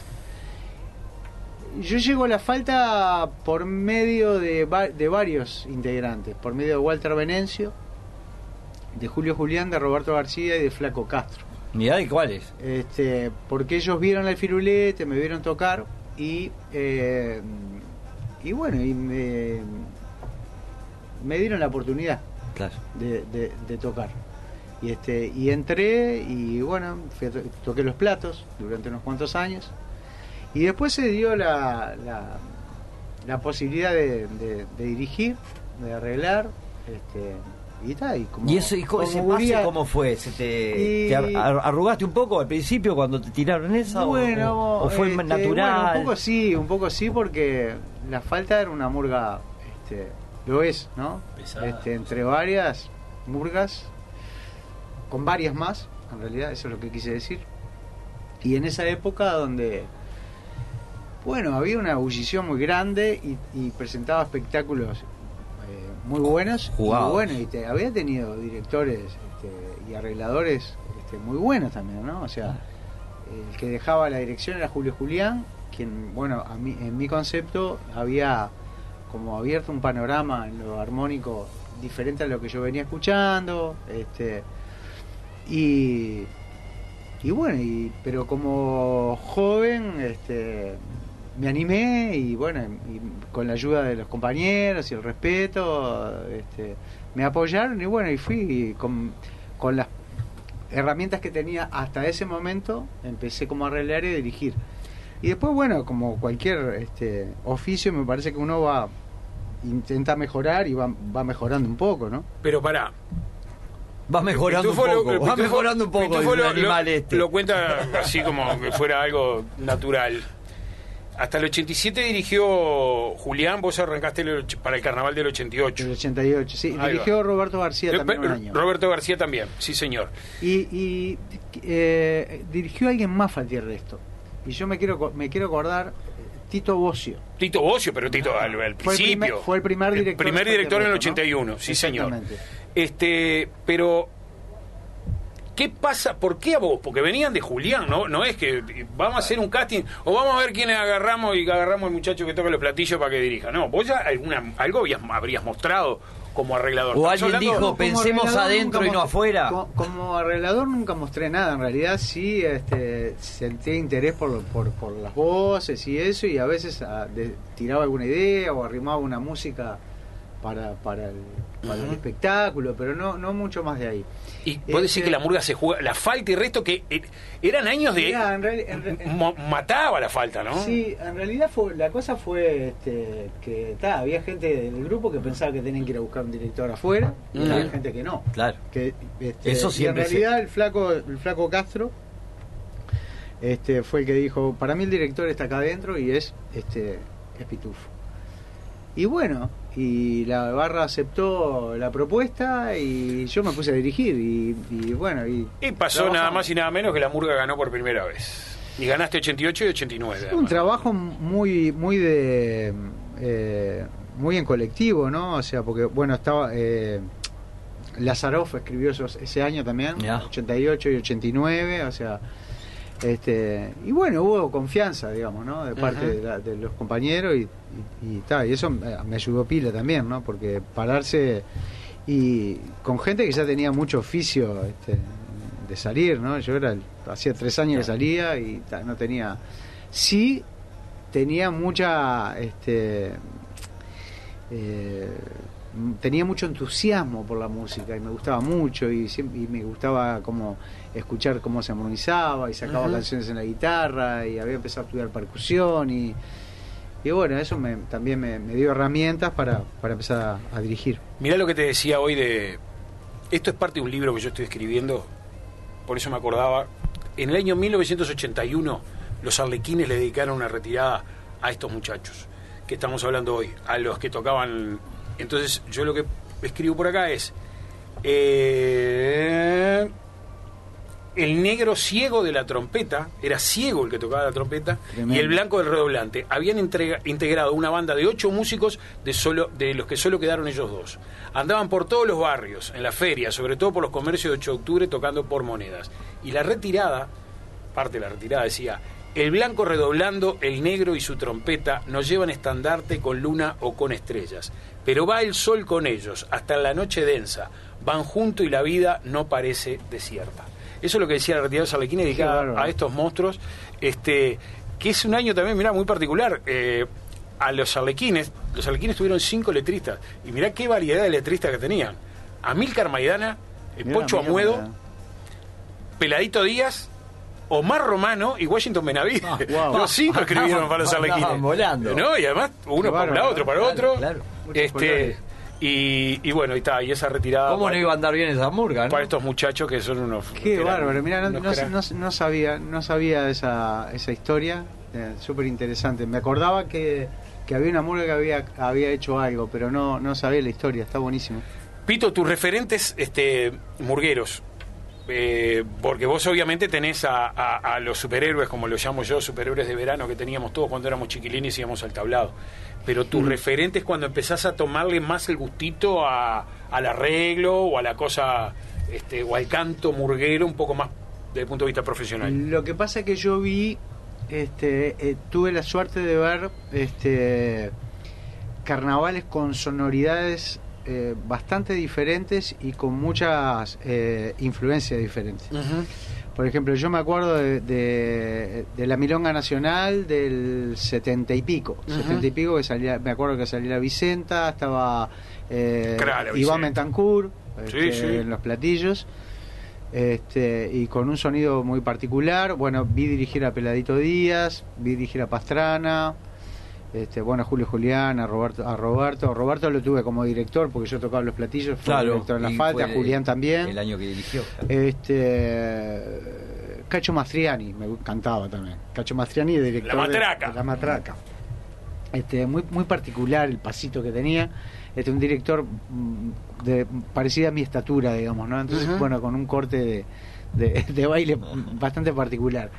B: Yo llego a La Falta por medio de varios integrantes, por medio de Walter Venencio, de Julio Julián, de Roberto García y de Flaco Castro.
C: Mirá de cuáles.
B: Porque ellos vieron el Firulete, me vieron tocar y bueno, y me dieron la oportunidad, claro, de tocar. Y entré y bueno, toqué los platos durante unos cuantos años. Y después se dio la posibilidad de dirigir, de arreglar, y tal.
C: ¿Y ese pase cómo fue? ¿Te arrugaste un poco al principio cuando te tiraron esa?
B: Bueno,
C: ¿O fue natural?
B: Bueno, un poco sí, porque La Falta era una murga, lo es, ¿no? Entre varias murgas, con varias más, en realidad, eso es lo que quise decir. Y en esa época donde, bueno, había una ebullición muy grande y presentaba espectáculos muy buenos.
C: Jugados.
B: Y bueno, había tenido directores y arregladores muy buenos también, ¿no? O sea, el que dejaba la dirección era Julio Julián, quien, bueno, en mi concepto había como abierto un panorama en lo armónico diferente a lo que yo venía escuchando, y bueno, pero como joven me animé y bueno, y con la ayuda de los compañeros y el respeto, me apoyaron y bueno, y fui con las herramientas que tenía hasta ese momento, empecé como a arreglar y a dirigir. Y después, bueno, como cualquier oficio, me parece que uno intenta mejorar y va mejorando un poco, ¿no?
D: Pero pará.
C: Va mejorando un poco el animal
D: Lo cuenta así como que fuera algo natural. Hasta el 87 dirigió Julián, vos arrancaste para el carnaval del 88.
B: El 88, sí. Dirigió Roberto García también un año.
D: Roberto García también, sí señor.
B: Y dirigió a alguien más, falté el resto. Y yo me quiero acordar, Tito Bocio.
D: Tito Bocio, pero Tito al principio.
B: Fue el primer director.
D: El primer director en el 81, ¿no? Sí señor. Pero ¿qué pasa? ¿Por qué a vos? Porque venían de Julián, ¿no? No es que vamos a hacer un casting o vamos a ver quiénes agarramos al muchacho que toca los platillos para que dirija. No, vos ya algo habrías mostrado como arreglador.
C: O alguien dijo, pensemos adentro y no afuera.
B: Como arreglador nunca mostré nada. En realidad sí sentí interés por las voces y eso, y a veces tiraba alguna idea o arrimaba una música para el espectáculo, pero no mucho más de ahí.
D: Y vos decís que la murga se juega, La Falta y el resto, que eran años de... mataba La Falta, ¿no?
B: Sí, en realidad la cosa fue que había gente del grupo que pensaba que tenían que ir a buscar un director afuera, y había gente que no.
C: Claro.
B: Que,
C: eso siempre.
B: Y en realidad el flaco Castro fue el que dijo, para mí el director está acá adentro y es Pitufo. Y bueno, y la barra aceptó la propuesta y yo me puse a dirigir y bueno. Y
D: pasó nada más y nada menos que la murga ganó por primera vez. Y ganaste 88 y 89.
B: Además. Un trabajo muy en colectivo, ¿no? O sea, porque bueno, estaba Lazaroff escribió ese año también, 88 y 89, o sea, y bueno, hubo confianza, digamos, ¿no? De parte de los compañeros y eso me ayudó pila también, ¿no? Porque pararse y con gente que ya tenía mucho oficio de salir, ¿no? Yo hacía 3 años que salía y no tenía, sí tenía mucha tenía mucho entusiasmo por la música y me gustaba mucho y me gustaba como escuchar cómo se armonizaba y sacaba canciones en la guitarra y había empezado a estudiar percusión y Y bueno, eso también me dio herramientas para empezar a dirigir.
D: Mirá lo que te decía hoy esto es parte de un libro que yo estoy escribiendo, por eso me acordaba. En el año 1981 los Arlequines le dedicaron una retirada a estos muchachos que estamos hablando hoy, a los que tocaban. Entonces yo lo que escribo por acá es el negro ciego de la trompeta, era ciego el que tocaba la trompeta, tremendo, y el blanco del redoblante. Habían integrado una banda de 8 músicos de los que solo quedaron ellos 2. Andaban por todos los barrios, en la feria, sobre todo por los comercios de 8 de octubre, tocando por monedas. Y la retirada, parte de la retirada decía: el blanco redoblando, el negro y su trompeta nos llevan estandarte con luna o con estrellas. Pero va el sol con ellos, hasta en la noche densa. Van junto y la vida no parece desierta. Eso es lo que decía la retirada de los Arlequines, dedicada a estos monstruos, que es un año también, mirá, muy particular. A los Arlequines tuvieron 5 letristas, y mirá qué variedad de letristas que tenían. Amílcar Maidana, Pocho Amuedo, Peladito Díaz, Omar Romano y Washington Benavides. Wow. Los 5 escribieron para los Arlequines.
C: Volando.
D: ¿No? Y además, uno para un lado, otro para otro.
C: Claro.
D: Y bueno, y está, y esa retirada.
C: ¿Cómo no iba a andar bien esa murga, no?
D: Para estos muchachos que son unos.
B: Qué bárbaro, mirá, no sabía esa historia, súper interesante. Me acordaba que había una murga que había hecho algo, pero no sabía la historia, está buenísimo.
D: Pito, tus referentes murgueros, porque vos obviamente tenés a los superhéroes, como los llamo yo, superhéroes de verano que teníamos todos cuando éramos chiquilines y íbamos al tablado. Pero tus referentes cuando empezás a tomarle más el gustito al arreglo o a la cosa, o al canto murguero un poco más desde el punto de vista profesional.
B: Lo que pasa es que yo vi, tuve la suerte de ver carnavales con sonoridades bastante diferentes y con muchas influencias diferentes. Uh-huh. Por ejemplo, yo me acuerdo de la Milonga Nacional del 70 y pico. Uh-huh. 70 y pico que salía, me acuerdo que salía Vicenta, estaba Iván Metancur, en los platillos, y con un sonido muy particular. Bueno, vi dirigir a Peladito Díaz, vi dirigir a Pastrana, Julio Julián, a Roberto lo tuve como director porque yo tocaba los platillos, fue director en La Falta, Julián también,
C: el año que dirigió,
B: Cacho Mastriani me encantaba también, Cacho Mastriani, director
D: de
B: La Matraca, muy particular el pasito que tenía, un director parecido a mi estatura, digamos, ¿no? Entonces, uh-huh, con un corte de baile bastante particular.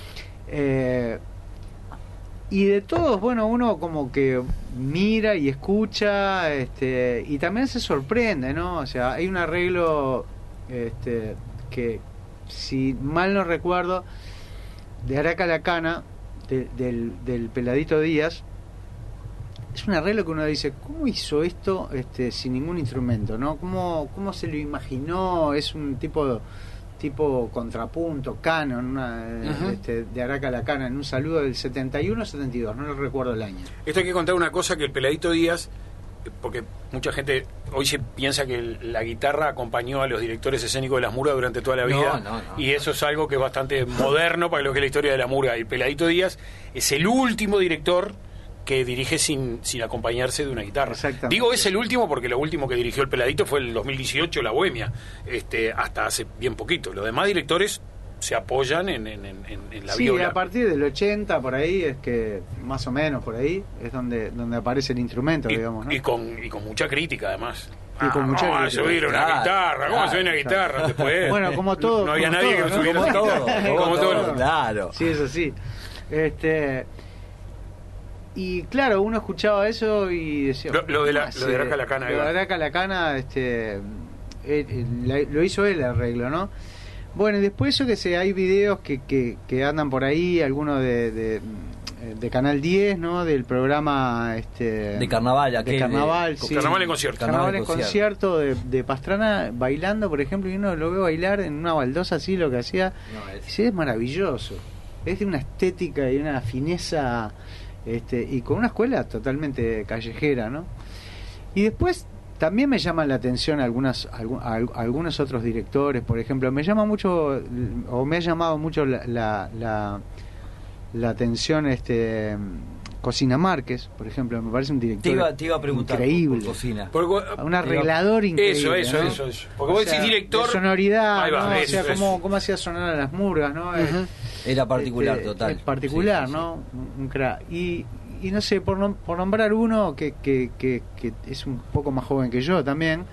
B: Y de todos, uno como que mira y escucha, y también se sorprende, ¿no? O sea, hay un arreglo, que, si mal no recuerdo, de Araca Lacana, del Peladito Díaz. Es un arreglo que uno dice, ¿cómo hizo esto sin ningún instrumento, ¿no? ¿Cómo se lo imaginó? Es un tipo contrapunto, canon, uh-huh, de Araca Lacana, en un saludo del 71 o 72, no lo recuerdo el año.
D: Esto hay que contar una cosa, que el Peladito Díaz, porque mucha gente hoy se piensa que la guitarra acompañó a los directores escénicos de las murgas durante toda la vida, no, y eso es algo que es bastante moderno para lo que es la historia de la murga. Y Peladito Díaz es el último director que dirige sin acompañarse de una guitarra. Digo es el último porque lo último que dirigió el Peladito fue el 2018, La Bohemia, hasta hace bien poquito. Los demás directores se apoyan en la viola.
B: Sí, a partir del 80 por ahí, es que más o menos por ahí es donde aparece el instrumento, digamos, ¿no?
D: Y con mucha crítica además.
B: Y con mucha
D: crítica. Subir una guitarra, ¿cómo se ve una guitarra? Después,
B: bueno, como todo.
D: No había nadie que subiera una guitarra. Como todo.
C: Claro.
B: Sí, eso sí. Y claro, uno escuchaba eso y decía...
D: Lo de Araca Lacana.
B: Lo de Araca Lacana, lo hizo él el arreglo, ¿no? Bueno, y después yo que sé, hay videos que andan por ahí, algunos de Canal 10, ¿no? Del programa...
C: de carnaval,
B: de carnaval, sí.
D: Carnaval en concierto.
B: Carnaval en concierto de Pastrana bailando, por ejemplo, y uno lo ve bailar en una baldosa así, lo que hacía. Sí, es maravilloso. Es de una estética y una fineza... y con una escuela totalmente callejera, ¿no? Y después también me llaman la atención algunos otros directores, por ejemplo, me llama mucho, o me ha llamado mucho la atención Cocina Márquez, por ejemplo, me parece un director
C: te iba a preguntar
B: increíble.
C: por Cocina.
B: Un arreglador increíble.
D: Eso. Porque vos decís director.
B: De sonoridad,
D: Ahí va,
B: ¿no?
D: eso.
B: Cómo hacía sonar a las murgas, ¿no?
C: Era particular, total.
B: Es particular,
C: Sí.
B: ¿no? Un crack. Y no sé, por nombrar uno que es un poco más joven que yo también,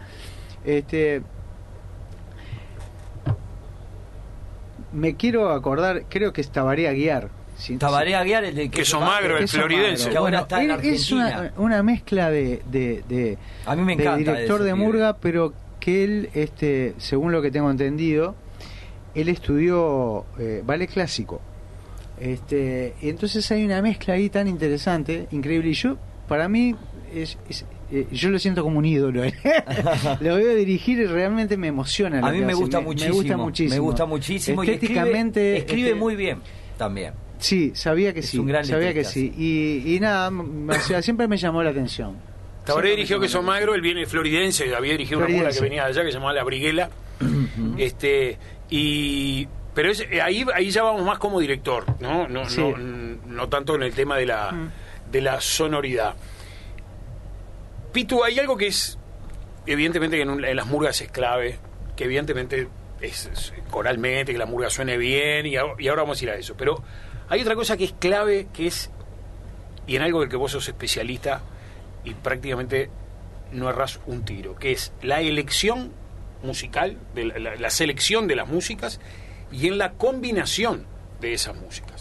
B: me quiero acordar, creo que es Tabaré Aguiar.
C: Tabaré Aguiar, el de
D: Queso Magro, el floridense.
C: Que ahora está en
B: Es
C: Argentina.
B: una mezcla de
C: A mí me encanta
B: director
C: ese
B: de
C: pibe.
B: murga, pero que él, según lo que tengo entendido, él estudió ballet clásico. Y entonces hay una mezcla ahí tan interesante, increíble. Y para mí, yo lo siento como un ídolo. Lo veo dirigir y realmente me emociona.
C: A mí me gusta
B: muchísimo.
C: Me gusta muchísimo.
B: Estéticamente.
C: Y escribe muy bien también.
B: Sí, sabía que
C: Es
B: sí.
C: un gran
B: Sabía que
C: letrista,
B: sí. Y nada, o sea, siempre me llamó la atención.
D: Tabaré dirigió Queso Magro, él viene floridense, había dirigido una murga que venía de allá que se llamaba La Briguela. Pero ahí ya vamos más como director, no tanto en el tema de la sonoridad. Pitu, hay algo que es evidentemente que en las murgas es clave, que evidentemente es coralmente, que la murga suene bien, y ahora vamos a ir a eso, pero hay otra cosa que es clave, que es, y en algo del que vos sos especialista y prácticamente no errás un tiro, que es la elección musical, la selección de las músicas y en la combinación de esas músicas.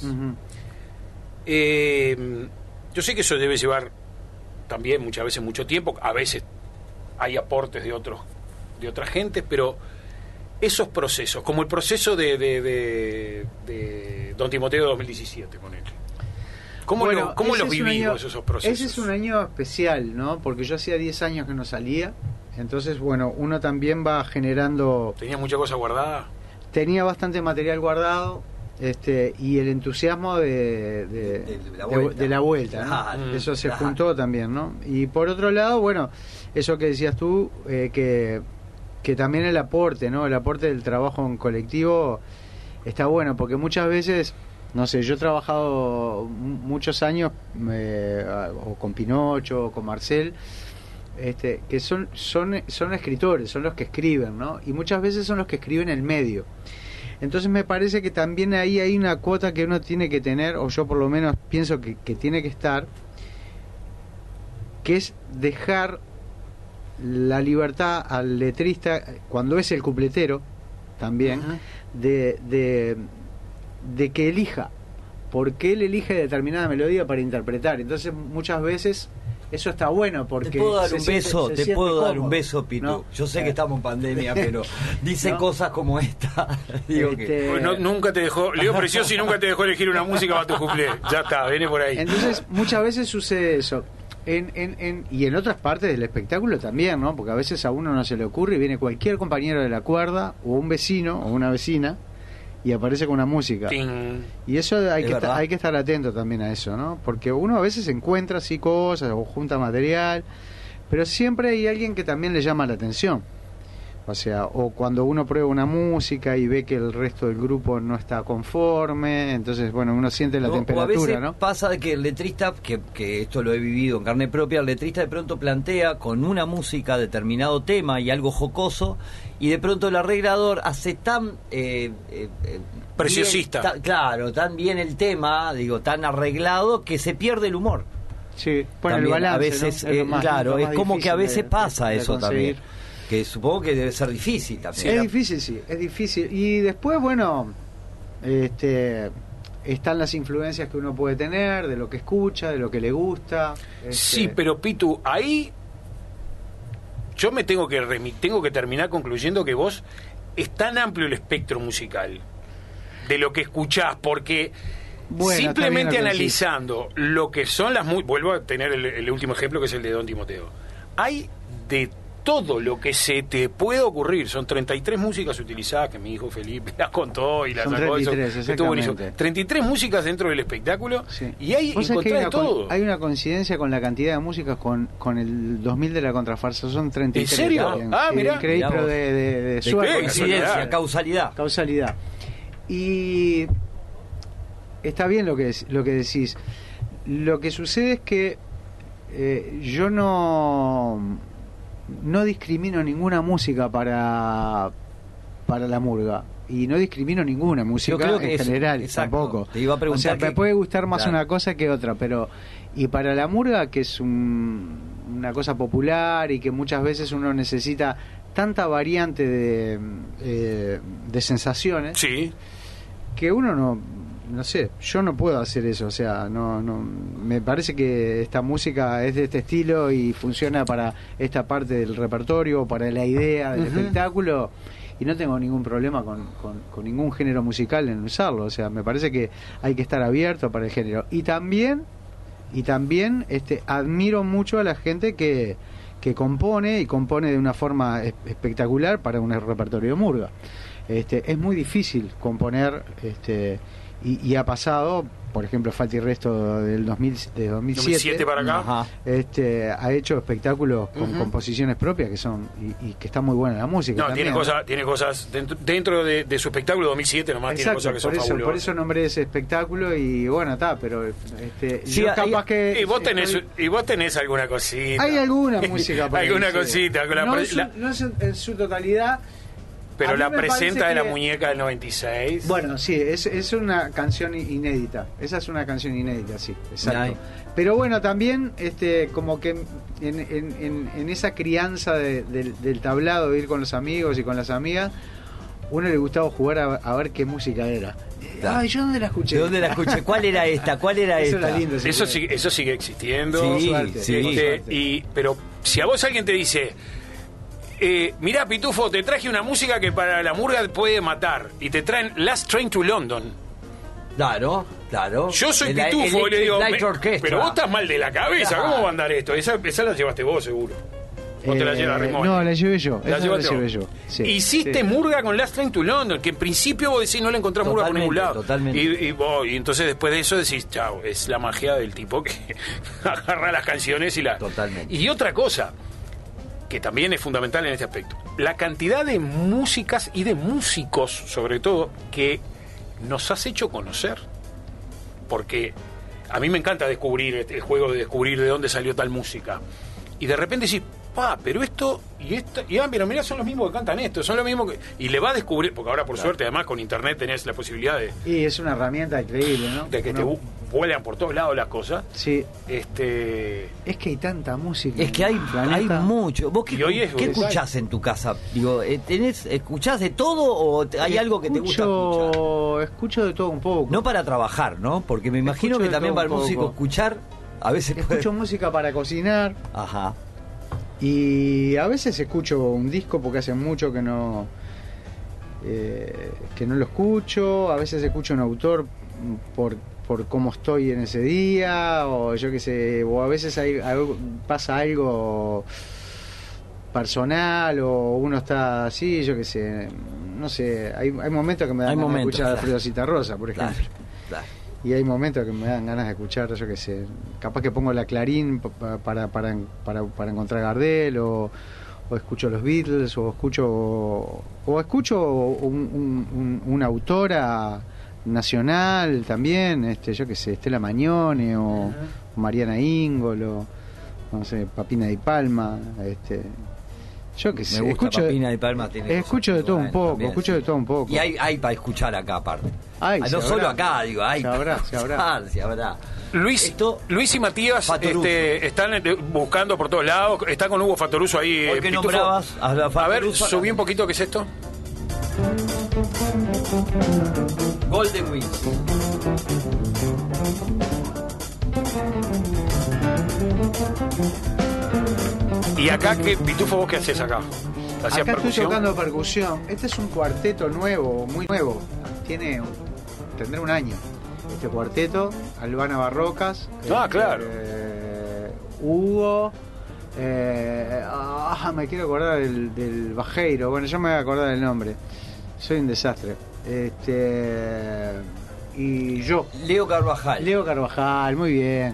D: Yo sé que eso debe llevar también muchas veces mucho tiempo, a veces hay aportes de otra gente, pero esos procesos, como el proceso de Don Timoteo 2017, ponele. ¿Cómo los vivimos esos procesos?
B: Ese es un año especial, ¿no? Porque yo hacía 10 años que no salía, entonces, bueno, uno también va generando...
D: ¿Tenía mucha cosa guardada?
B: Tenía bastante material guardado, y el entusiasmo de la vuelta, ¿no? Eso se juntó también, ¿no? Y por otro lado, bueno, eso que decías tú, que también el aporte, ¿no? El aporte del trabajo en colectivo está bueno, porque muchas veces, no sé, yo he trabajado muchos años o con Pinocho o con Marcel, que son escritores, son los que escriben, ¿no? Y muchas veces son los que escriben el medio. Entonces me parece que también ahí hay una cuota que uno tiene que tener, o yo por lo menos pienso que tiene que estar, que es dejar la libertad al letrista, cuando es el cupletero también, de que elija, porque él elige determinada melodía para interpretar. Entonces muchas veces eso está bueno, porque
C: te puedo dar un beso, Pitu, ¿no? Yo sé que estamos en pandemia, pero dice cosas como esta. Digo
D: pues nunca te dejó, Leo Precioso, y nunca te dejó elegir una música para tu cuplé. Ya está, viene por ahí.
B: Entonces muchas veces sucede eso. Y en otras partes del espectáculo también, ¿no? Porque a veces a uno no se le ocurre y viene cualquier compañero de la cuerda o un vecino o una vecina y aparece con una música.
D: ¡Ting!
B: Y eso hay que estar atento también a eso, ¿no? Porque uno a veces encuentra así cosas o junta material, pero siempre hay alguien que también le llama la atención. O sea, o cuando uno prueba una música y ve que el resto del grupo no está conforme, entonces, bueno, uno siente la temperatura,
C: o a veces
B: ¿no?
C: Pasa de que el letrista, que esto lo he vivido en carne propia, el letrista de pronto plantea con una música determinado tema y algo jocoso, y de pronto el arreglador hace tan...
D: preciosista.
C: Claro, tan bien el tema, tan arreglado, que se pierde el humor.
B: Sí, pone
C: también,
B: el balance,
C: a veces,
B: ¿no?
C: claro, es como que a veces pasa
B: de
C: eso
B: conseguir.
C: también. Que supongo que debe ser difícil también.
B: Sí, es difícil, sí, es difícil. Y después, bueno, están las influencias que uno puede tener, de lo que escucha, de lo que le gusta.
D: Sí, pero Pitu, ahí yo me tengo que terminar concluyendo que vos es tan amplio el espectro musical de lo que escuchás, porque simplemente analizando lo que son las... Vuelvo a tener el último ejemplo, que es el de Don Timoteo. Hay de todo lo que se te puede ocurrir. Son 33 músicas utilizadas, que mi hijo Felipe las contó y las sacó. 33, estuvo buenísimo. 33 músicas dentro del espectáculo, sí. Y ahí encontrás de todo.
B: Hay una coincidencia con la cantidad de músicas con el 2000 de la contrafarsa. Son 33.
D: ¿En serio? Mirá.
B: Increíble, pero de suerte.
C: Coincidencia, causalidad.
B: Y está bien lo que decís. Lo que sucede es que yo no discrimino ninguna música para la murga. Y no discrimino ninguna música en general, tampoco.
C: Te iba a preguntar,
B: o sea, me puede gustar más una cosa que otra, pero... Y para la murga, que es una cosa popular y que muchas veces uno necesita tanta variante de sensaciones,
D: sí,
B: que uno no sé, yo no puedo hacer eso, o sea, no me parece que esta música es de este estilo y funciona para esta parte del repertorio, para la idea del espectáculo, y no tengo ningún problema con ningún género musical en usarlo, o sea, me parece que hay que estar abierto para el género. Y también admiro mucho a la gente que compone de una forma espectacular para un repertorio de murga. Es muy difícil componer, y ha pasado, por ejemplo, Falta y Resto de 2007
D: para acá.
B: Ha hecho espectáculos con composiciones propias que son y que está muy buena la música.
D: No,
B: también,
D: tiene cosas dentro de su espectáculo 2007 nomás.
B: Exacto,
D: tiene cosas que son fabulosas.
B: Por eso nombré ese espectáculo y bueno, está, pero
C: sí,
B: yo capaz que...
D: Y vos tenés alguna cosita.
B: Hay alguna música para
D: alguna cosita.
B: No es en su totalidad.
D: Pero la presenta de la muñeca del 96.
B: Bueno, sí, es una canción inédita. Esa es una canción inédita, sí, exacto.
C: Ay.
B: Pero bueno, también como que en esa crianza del tablado, de ir con los amigos y con las amigas, uno le gustaba jugar a ver qué música era. Ay, ¿yo dónde la escuché?
C: ¿De dónde la escuché? ¿Cuál era esta?
B: Eso era lindo.
D: Eso sigue existiendo.
C: Sí.
D: Pero si a vos alguien te dice... mirá, Pitufo, te traje una música que para la murga puede matar, y te traen Last Train to London.
C: Claro.
D: Yo soy Pitufo y le digo, pero vos estás mal de la cabeza,
C: Claro.
D: ¿cómo va a andar esto? Esa la llevaste vos, seguro. ¿O te la llevas, Ramón?
B: No, la llevé yo.
D: La
B: llevé yo. Sí,
D: hiciste murga con Last Train to London, que en principio vos decís no le encontrás murga por ningún lado.
C: Totalmente.
D: Y entonces después de eso decís, chao, es la magia del tipo que agarra las canciones y la...
C: Totalmente.
D: Y otra cosa, que también es fundamental en este aspecto, la cantidad de músicas y de músicos, sobre todo, que nos has hecho conocer. Porque a mí me encanta descubrir el juego de descubrir de dónde salió tal música. Y de repente decís, pero esto y esto, y mira, son los mismos que cantan esto, son los mismos que... Y le va a descubrir, porque ahora por suerte además con internet tenés la posibilidad de...
B: Y es una herramienta increíble, ¿no?
D: De que te vuelan por todos lados las cosas.
B: Sí.
D: Es
B: que hay tanta música.
C: Es que hay mucho. ¿Vos qué escuchás en tu casa? Digo, ¿escuchás de todo o hay algo que te gusta escuchar?
B: Escucho de todo un poco.
C: No para trabajar, ¿no? Porque me imagino que también para el músico escuchar a veces
B: escucho música para cocinar.
C: Ajá.
B: Y a veces escucho un disco porque hace mucho que no lo escucho. A veces escucho un autor por cómo estoy en ese día, o yo qué sé, o a veces pasa algo personal, o uno está así, yo qué sé, no sé, hay momentos que me dan ganas de escuchar a Alfredo Citarrosa, por ejemplo.
C: Claro.
B: Y hay momentos que me dan ganas de escuchar, yo qué sé, capaz que pongo la Clarín para encontrar Gardel, o escucho los Beatles, o escucho una autora nacional también, yo qué sé, Estela Magnone o Mariana Íngolo, no sé, Papina Di Palma, yo qué sé,
C: me gusta Papina Di Palma, tiene
B: escucho de todo un poco, también, escucho de todo un poco.
C: Y hay para escuchar acá aparte.
B: No
C: solo acá, digo, hay.
B: Se habrá.
D: Luis y Matías están buscando por todos lados. Está con Hugo Fatoruso ahí.
C: ¿Por qué nombrabas a la Fatoruso?
D: A ver, subí un poquito, ¿qué es esto?
C: Golden Wings.
B: ¿Y acá qué, Pitufo, vos qué haces acá?
D: ¿Hacías
B: acá
D: percusión?
B: Estoy tocando percusión. Este es un cuarteto nuevo, muy nuevo. Tendrá un año. Este cuarteto, Albana Barrocas.
D: Claro.
B: Hugo. Me quiero acordar del bajeiro. Bueno, yo me voy a acordar del nombre. Soy un desastre. Y yo.
C: Leo Carvajal,
B: muy bien.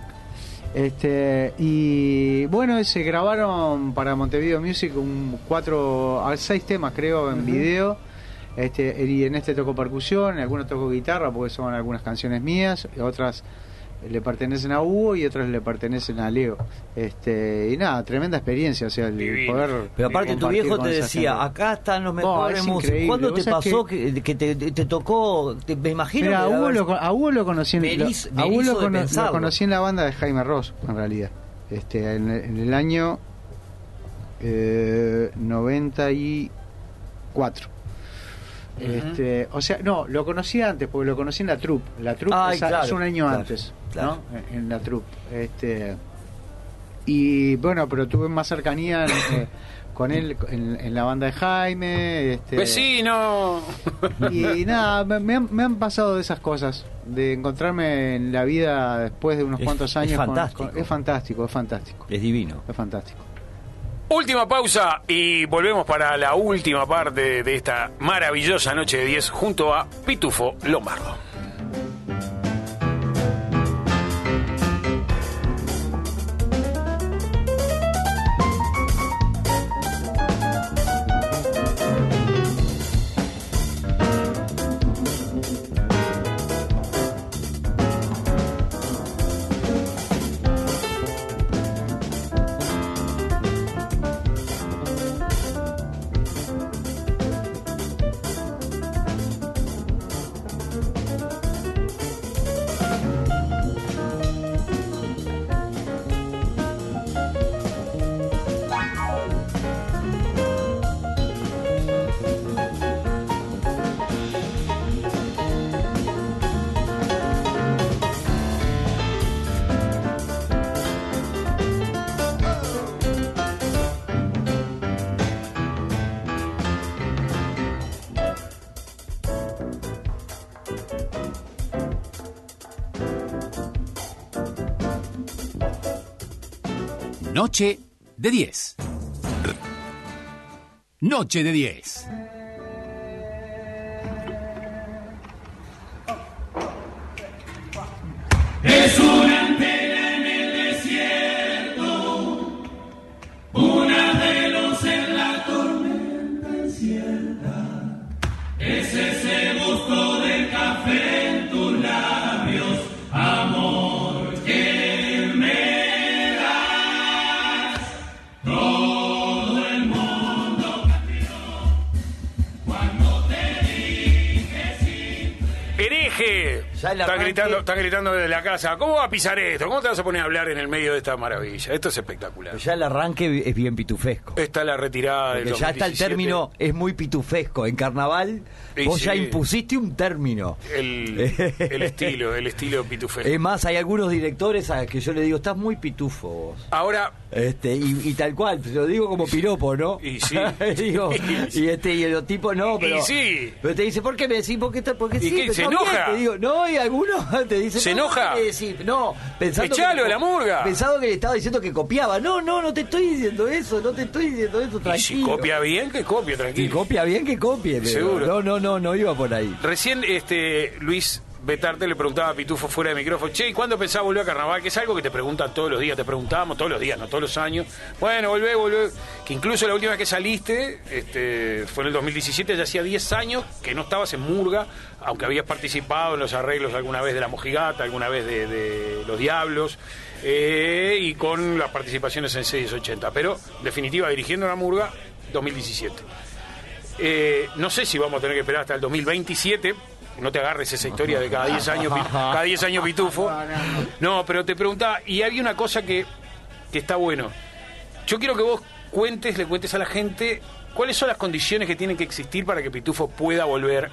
B: Y bueno, se grabaron para Montevideo Music 6 temas, creo, en video. Y en toco percusión, en algunos toco guitarra porque son algunas canciones mías, otras le pertenecen a Hugo y otros le pertenecen a Leo. Y nada, tremenda experiencia, o sea, el poder.
C: Pero aparte tu viejo te decía, acá están los mejores músicos. ¿Cuándo te pasó que te tocó? Me imagino.
B: Mira, a Hugo lo conocí lo conocí en la banda de Jaime Ross, en realidad. En el año 94. O sea, no, lo conocí antes, porque lo conocí en la troupe. La troupe es un año antes, ¿no? En la troupe. Y bueno, pero tuve más cercanía con él en la banda de Jaime.
D: ¡Vecino!
B: Y nada, me han pasado de esas cosas, de encontrarme en la vida después de unos cuantos años. Es fantástico.
C: Es divino.
B: Es fantástico.
D: Última pausa y volvemos para la última parte de esta maravillosa noche de 10 junto a Pitufo Lombardo.
E: Noche de 10. Noche de 10.
F: Es una antena en el desierto, una veloz en la tormenta incierta. Es ese gusto del café en tus labios, amor, que me das. Todo el mundo cambió cuando te dije sí.
D: ¡Hereje! Están gritando desde la casa. ¿Cómo va a pisar esto? ¿Cómo te vas a poner a hablar en el medio de esta maravilla? Esto es espectacular.
C: Ya el arranque es bien pitufesco.
D: Está la retirada del 2017.
C: Ya está el término, es muy pitufesco. En carnaval vos ya impusiste un término.
D: El estilo pitufesco.
C: Es más, hay algunos directores a que yo le digo, estás muy pitufo vos.
D: Ahora...
C: y tal cual, lo digo como piropo, ¿no?
D: Y sí.
C: Digo, y el tipo no, pero...
D: Y sí.
C: Pero te dice, ¿por qué me decís? Porque
D: ¿Y
C: sí,
D: qué? ¿Se enoja?
C: Te digo, no, y algunos te dicen...
D: ¿Se enoja?
C: No, pensando
D: ¡Echalo
C: que,
D: de la murga!
C: Pensado que le estaba diciendo que copiaba. No te estoy diciendo eso, tranquilo.
D: Y si copia bien, que copie, tranquilo.
C: Si copia bien, que copie. Pero
D: seguro.
C: No iba por ahí.
D: Recién Luis Betarte le preguntaba a Pitufo fuera de micrófono, che, ¿y cuándo pensás volver a carnaval? Que es algo que te preguntan todos los días, te preguntábamos todos los días, no todos los años. Bueno, volvé. Que incluso la última vez que saliste, fue en el 2017, ya hacía 10 años que no estabas en murga, aunque habías participado en los arreglos alguna vez de La Mojigata, alguna vez de Los Diablos, y con las participaciones en 680. Pero, en definitiva, dirigiendo la murga, 2017. No sé si vamos a tener que esperar hasta el 2027. No te agarres esa historia de cada 10 años pitufo. No, pero te preguntaba, y había una cosa que está bueno. Yo quiero que vos le cuentes a la gente cuáles son las condiciones que tienen que existir para que Pitufo pueda volver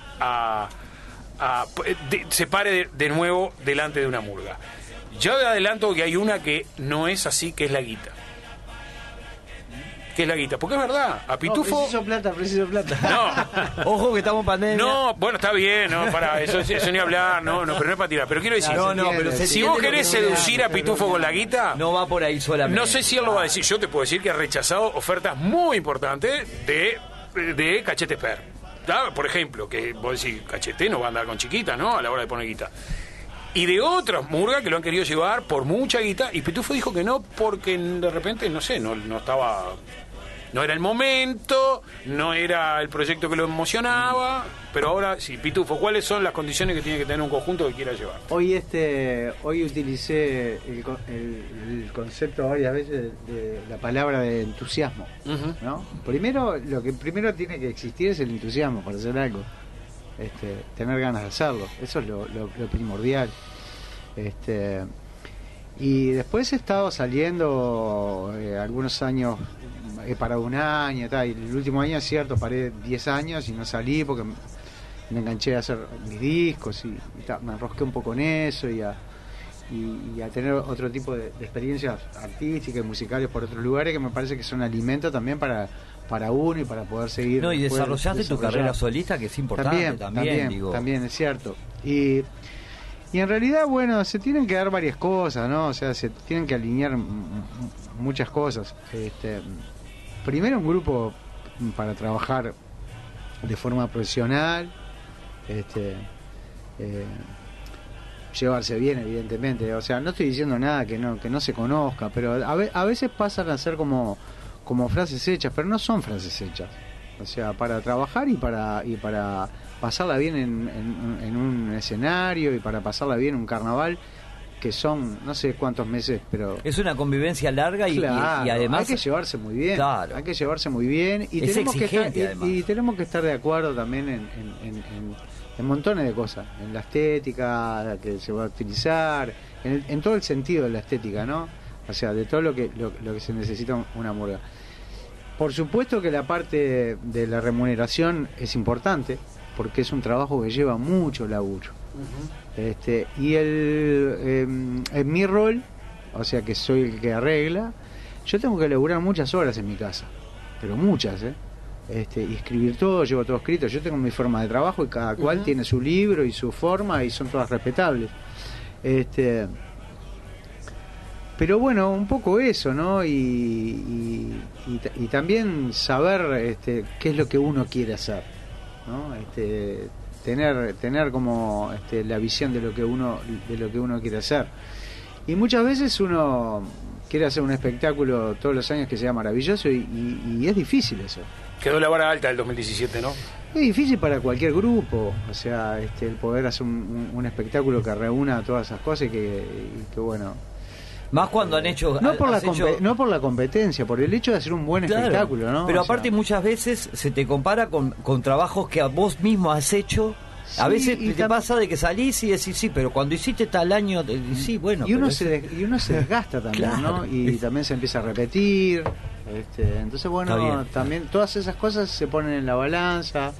D: se pare de nuevo delante de una murga. Yo adelanto que hay una que no es así, que es la guita. Que es la guita, porque es verdad, a Pitufo...
B: Preciso plata.
D: No.
C: Ojo que estamos en pandemia.
D: No, bueno, está bien, no, para eso ni hablar, pero no es para tirar. Pero quiero decir,
C: pero
D: si vos querés seducir a Pitufo con la guita...
C: No va por ahí solamente.
D: No sé si él lo va a decir. Yo te puedo decir que ha rechazado ofertas muy importantes de Cachete Per. Por ejemplo, que vos decís, Cachete no va a andar con chiquita, ¿no? A la hora de poner guita. Y de otras murgas que lo han querido llevar por mucha guita, y Pitufo dijo que no, porque de repente, no sé, no estaba no era el momento, no era el proyecto que lo emocionaba, pero ahora sí. Pitufo, ¿cuáles son las condiciones que tiene que tener un conjunto que quiera llevar?
B: Hoy utilicé el concepto varias veces de la palabra de entusiasmo, ¿no? Primero, lo que primero tiene que existir es el entusiasmo para hacer algo, tener ganas de hacerlo, eso es lo primordial. Y después he estado saliendo algunos años, he parado un año, y el último año es cierto, paré 10 años y no salí porque me enganché a hacer mis discos y me enrosqué un poco en eso y a tener otro tipo de experiencias artísticas y musicales por otros lugares que me parece que son alimento también para uno y para poder seguir.
C: No, y desarrollaste tu carrera solista, que es importante
B: también es cierto. Y en realidad, bueno, se tienen que dar varias cosas, ¿no? O sea, se tienen que alinear muchas cosas. Primero, un grupo para trabajar de forma profesional, llevarse bien, evidentemente. O sea, no estoy diciendo nada que no se conozca, pero a veces pasan a ser como frases hechas, pero no son frases hechas. O sea, para trabajar y para pasarla bien en un escenario y para pasarla bien en un carnaval, que son no sé cuántos meses, pero
C: es una convivencia larga y además
B: hay que llevarse muy bien.
C: Claro.
B: Hay que llevarse muy bien y
C: es
B: tenemos
C: exigente,
B: y tenemos que estar de acuerdo también en montones de cosas, en la estética que se va a utilizar, en todo el sentido de la estética, ¿no? O sea, de todo lo que se necesita una murga. Por supuesto que la parte de la remuneración es importante, porque es un trabajo que lleva mucho laburo. Y en mi rol, o sea que soy el que arregla, yo tengo que laburar muchas horas en mi casa, pero muchas, y escribir todo, llevo todo escrito. Yo tengo mi forma de trabajo y cada cual tiene su libro y su forma y son todas respetables. Pero bueno, un poco eso, ¿no? Y también saber qué es lo que uno quiere hacer, ¿no? Tener como la visión de lo que uno quiere hacer. Y muchas veces uno quiere hacer un espectáculo todos los años que sea maravilloso y es difícil eso.
D: Quedó la vara alta el 2017, ¿no?
B: Es difícil para cualquier grupo, o sea, el poder hacer un espectáculo que reúna todas esas cosas y que bueno.
C: Más cuando han hecho...
B: No por la competencia, por el hecho de hacer un buen espectáculo, ¿no?
C: Pero aparte muchas veces se te compara con trabajos que a vos mismo has hecho. A veces te pasa de que salís y decís, sí, pero cuando hiciste tal año, sí, bueno...
B: Y uno se desgasta también, claro, ¿no? Y también se empieza a repetir. Entonces, bueno, también todas esas cosas se ponen en la balanza.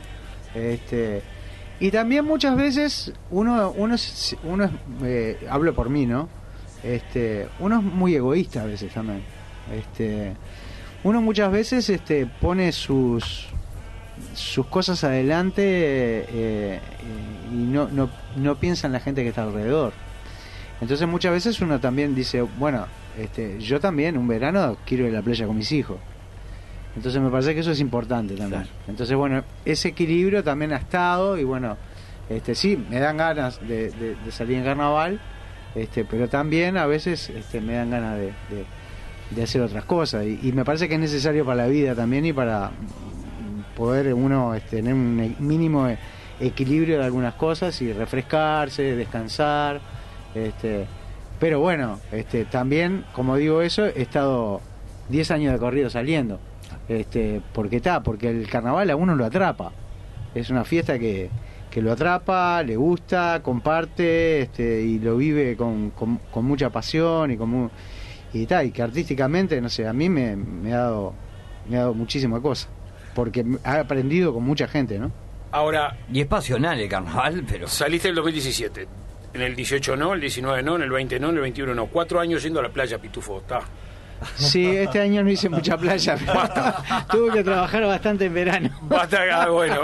B: Y también muchas veces uno es hablo por mí, ¿no? Uno es muy egoísta a veces también. Uno muchas veces pone sus cosas adelante y no piensa en la gente que está alrededor. Entonces muchas veces uno también dice, bueno, yo también un verano quiero ir a la playa con mis hijos. Entonces me parece que eso es importante también. Claro. Entonces bueno, ese equilibrio también ha estado y bueno, sí, me dan ganas de salir en carnaval. Pero también a veces me dan ganas de hacer otras cosas y me parece que es necesario para la vida también y para poder uno tener un mínimo equilibrio de algunas cosas y refrescarse, descansar, pero bueno, también, como digo eso, he estado 10 años de corrido saliendo, porque el carnaval a uno lo atrapa, es una fiesta que lo atrapa, le gusta, comparte, y lo vive con mucha pasión y que artísticamente, no sé, a mí me ha dado muchísima cosa, porque he aprendido con mucha gente, ¿no?
D: Ahora,
C: y es pasional el carnaval, pero...
D: Saliste el 2017, en el 18 no, el 19 no, en el 20 no, en el 21 no, 4 años yendo a la playa, Pitufo, está.
B: Sí, este año no hice mucha playa, tuve que trabajar bastante en verano.
D: Basta, bueno,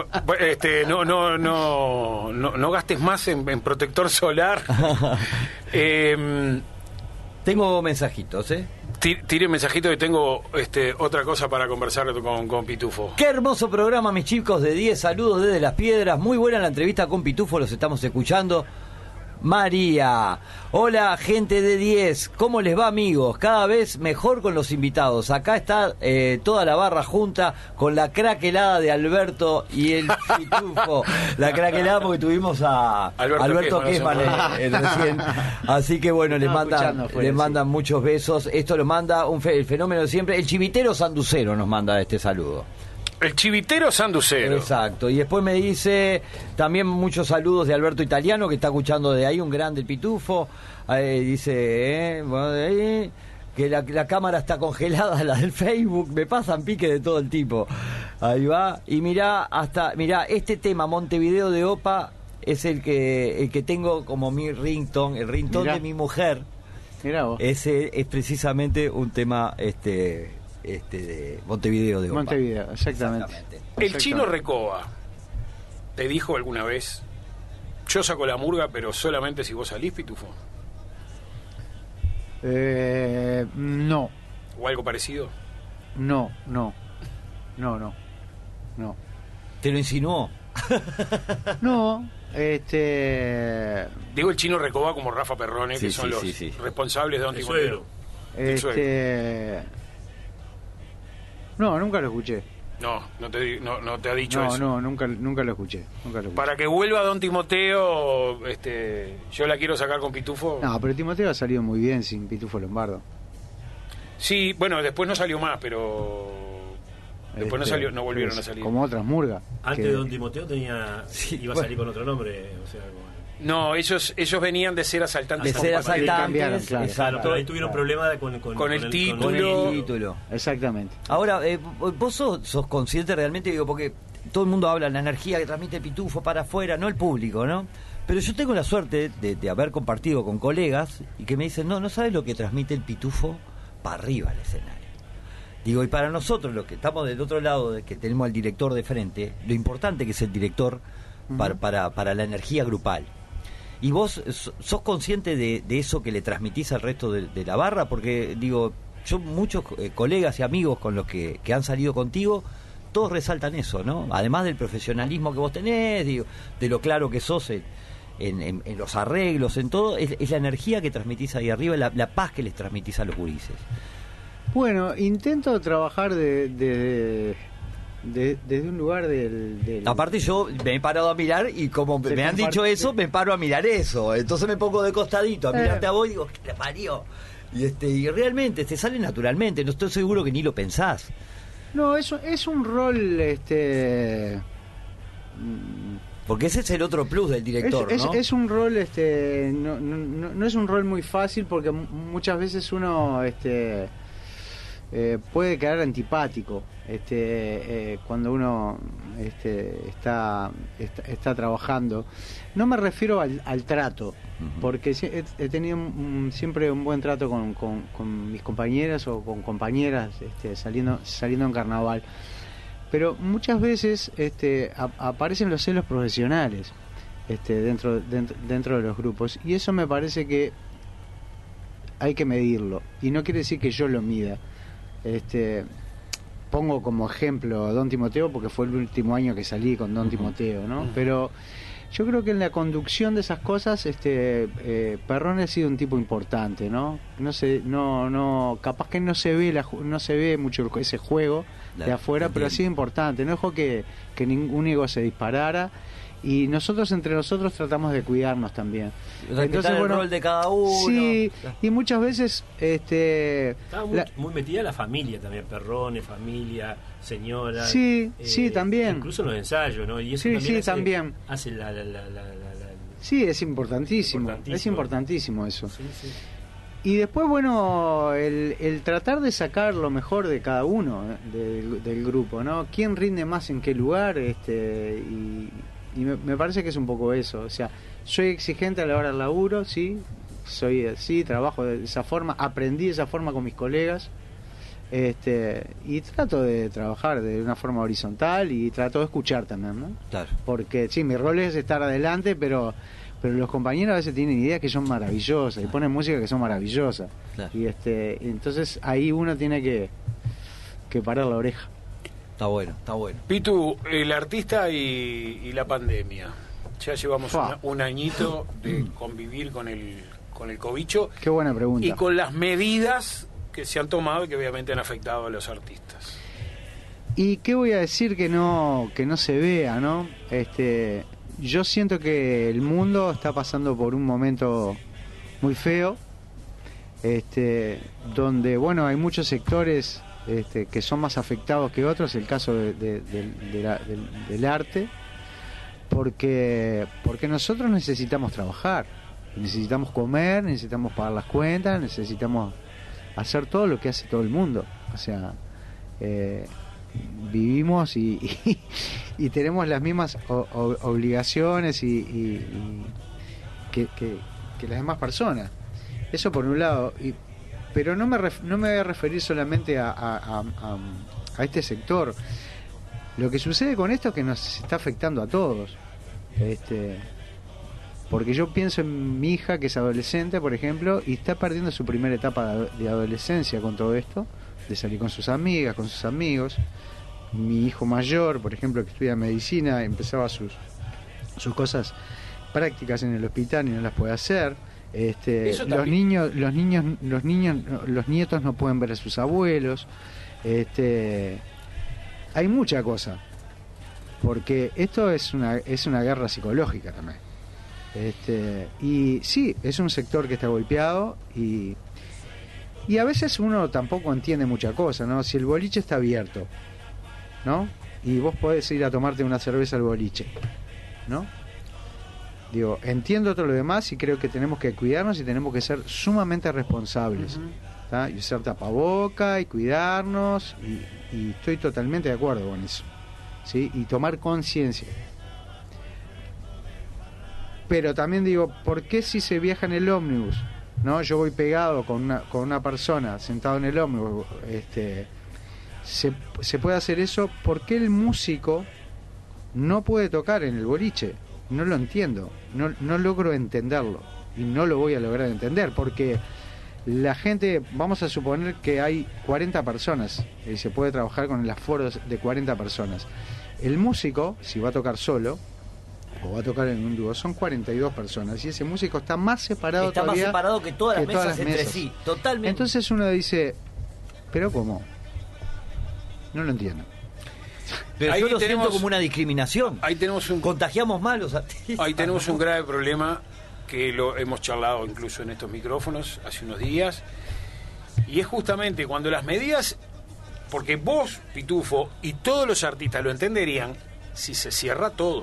D: no gastes más en protector solar.
C: Tengo mensajitos,
D: Tire mensajito que tengo otra cosa para conversar con Pitufo.
C: Qué hermoso programa, mis chicos de 10. Saludos desde Las Piedras. Muy buena la entrevista con Pitufo, los estamos escuchando. María. Hola, gente de 10. ¿Cómo les va, amigos? Cada vez mejor con los invitados. Acá está toda la barra junta con la craquelada de Alberto y el Pitufo. La craquelada porque tuvimos a Alberto Kesman recién. Así que bueno, les mandan muchos besos. Esto lo manda el fenómeno de siempre. El chivitero sanducero nos manda este saludo.
D: El chivitero sanducero.
C: Exacto. Y después me dice también muchos saludos de Alberto Italiano, que está escuchando de ahí, un grande el Pitufo. Dice bueno, de ahí, que la cámara está congelada, la del Facebook. Me pasan pique de todo el tipo. Ahí va. Y mirá, este tema, Montevideo de Opa, es el que tengo como mi ringtone, el ringtone de mi mujer.
B: Mirá vos.
C: Ese es precisamente un tema de Montevideo de Opa.
B: Montevideo, exactamente.
D: El Chino Recoba te dijo alguna vez: yo saco la murga, pero solamente si vos salís, Pitufo.
B: No.
D: ¿O algo parecido?
B: No.
C: ¿Te lo insinuó?
B: No,
D: Digo el Chino Recoba como Rafa Perrone, que son los responsables de Don Timoteo.
B: No, nunca lo escuché.
D: No te ha dicho eso.
B: No, nunca lo escuché.
D: Para que vuelva Don Timoteo, yo la quiero sacar con Pitufo.
B: No, pero Timoteo ha salido muy bien sin Pitufo Lombardo.
D: Sí, bueno, después no salió más, pero después no volvieron a salir.
B: Como otras murgas.
G: Antes de Don Timoteo iba a salir con otro nombre, o sea,
D: no, ellos venían de ser asaltantes.
G: Claro, pero ahí tuvieron problemas con
D: el título.
B: Exactamente.
C: Ahora, vos sos consciente realmente, digo, porque todo el mundo habla de la energía que transmite el Pitufo para afuera, no el público, ¿no? Pero yo tengo la suerte de haber compartido con colegas y que me dicen, no sabes lo que transmite el Pitufo para arriba al escenario. Digo, y para nosotros, los que estamos del otro lado, que tenemos al director de frente, lo importante que es el director para la energía grupal. ¿Y vos sos consciente de eso que le transmitís al resto de la barra? Porque, digo, yo muchos colegas y amigos con los que han salido contigo, todos resaltan eso, ¿no? Además del profesionalismo que vos tenés, digo, de lo claro que sos en los arreglos, en todo, es la energía que transmitís ahí arriba, la paz que les transmitís a los gurises.
B: Bueno, intento trabajar desde un lugar del...
C: Aparte yo me he parado a mirar y como me han dicho eso, me paro a mirar eso. Entonces me pongo de costadito a mirarte a vos y digo, ¡que la parió! Y realmente te sale naturalmente, no estoy seguro que ni lo pensás.
B: No, es un rol...
C: Porque ese es el otro plus del director, ¿no?
B: Es un rol, no es un rol muy fácil porque muchas veces uno... puede quedar antipático cuando uno está trabajando. No me refiero al trato, porque he tenido siempre un buen trato con mis compañeras o con compañeras saliendo en carnaval, pero muchas veces aparecen los celos profesionales dentro de los grupos, y eso me parece que hay que medirlo, y no quiere decir que yo lo mida. Pongo como ejemplo a Don Timoteo porque fue el último año que salí con Don Timoteo, ¿no? Pero yo creo que en la conducción de esas cosas Perrone ha sido un tipo importante, ¿no? Capaz que no se ve mucho ese juego de afuera, pero ha sido importante, no dejó que ningún ego se disparara. Y nosotros entre nosotros tratamos de cuidarnos también.
C: Entonces, el rol de cada uno.
B: Sí, y muchas veces
G: estaba muy metida la familia también, Perrone, familia, señora.
B: Sí, también.
G: Incluso en los ensayos, ¿no? Y eso
B: también
G: hace la
B: Sí, es importantísimo. Es importantísimo eso.
G: Sí.
B: Y después, bueno, el tratar de sacar lo mejor de cada uno del grupo, ¿no? ¿Quién rinde más en qué lugar? Y me parece que es un poco eso. O sea, soy exigente a la hora del laburo, sí, soy así, trabajo de esa forma, aprendí de esa forma con mis colegas, y trato de trabajar de una forma horizontal y trato de escuchar también, ¿no?
C: Claro.
B: Porque sí, mi rol es estar adelante, pero los compañeros a veces tienen ideas que son maravillosas y ponen música que son maravillosas.
C: Claro.
B: Y entonces ahí uno tiene que parar la oreja.
C: Está bueno.
D: Pitu, el artista y la pandemia. Ya llevamos un añito de convivir con el cobicho.
B: Qué buena pregunta.
D: Y con las medidas que se han tomado y que obviamente han afectado a los artistas.
B: ¿Y qué voy a decir que no se vea, no? Yo siento que el mundo está pasando por un momento muy feo, donde, bueno, hay muchos sectores que son más afectados que otros, el caso del arte, porque nosotros necesitamos trabajar, necesitamos comer, necesitamos pagar las cuentas, necesitamos hacer todo lo que hace todo el mundo. O sea, vivimos y tenemos las mismas obligaciones y que las demás personas. Eso por un lado. Pero no me voy a referir solamente a este sector. Lo que sucede con esto es que nos está afectando a todos. Porque yo pienso en mi hija, que es adolescente, por ejemplo, y está perdiendo su primera etapa de adolescencia con todo esto, de salir con sus amigas, con sus amigos. Mi hijo mayor, por ejemplo, que estudia medicina, empezaba sus cosas prácticas en el hospital y no las puede hacer. Los nietos no pueden ver a sus abuelos. Hay mucha cosa, porque esto es una guerra psicológica también. Y sí, es un sector que está golpeado y a veces uno tampoco entiende mucha cosa, ¿no? Si el boliche está abierto, ¿no? Y vos podés ir a tomarte una cerveza al boliche, ¿no? Digo, entiendo todo lo demás y creo que tenemos que cuidarnos y tenemos que ser sumamente responsables, ¿tá? Y usar tapaboca y cuidarnos y estoy totalmente de acuerdo con eso, ¿sí? Y tomar conciencia. Pero también digo, ¿por qué si se viaja en el ómnibus, ¿no? Yo voy pegado con una persona sentado en el ómnibus, se puede hacer eso? ¿Por qué el músico no puede tocar en el boliche? No lo entiendo, no logro entenderlo y no lo voy a lograr entender, porque la gente, vamos a suponer que hay 40 personas y se puede trabajar con el aforo de 40 personas. El músico, si va a tocar solo o va a tocar en un dúo, son 42 personas y ese músico está más separado
C: está
B: todavía,
C: más separado que todas las mesas entre
B: mesas.
C: sí, totalmente.
B: Entonces uno dice, ¿pero cómo? No lo entiendo.
C: Pero
D: ahí
C: yo lo
D: tenemos,
C: siento como una discriminación.
D: Ahí tenemos
C: contagiamos mal los artistas.
D: Ahí tenemos un grave problema que lo hemos charlado incluso en estos micrófonos hace unos días, y es justamente cuando las medidas, porque vos, Pitufo, y todos los artistas lo entenderían si se cierra todo,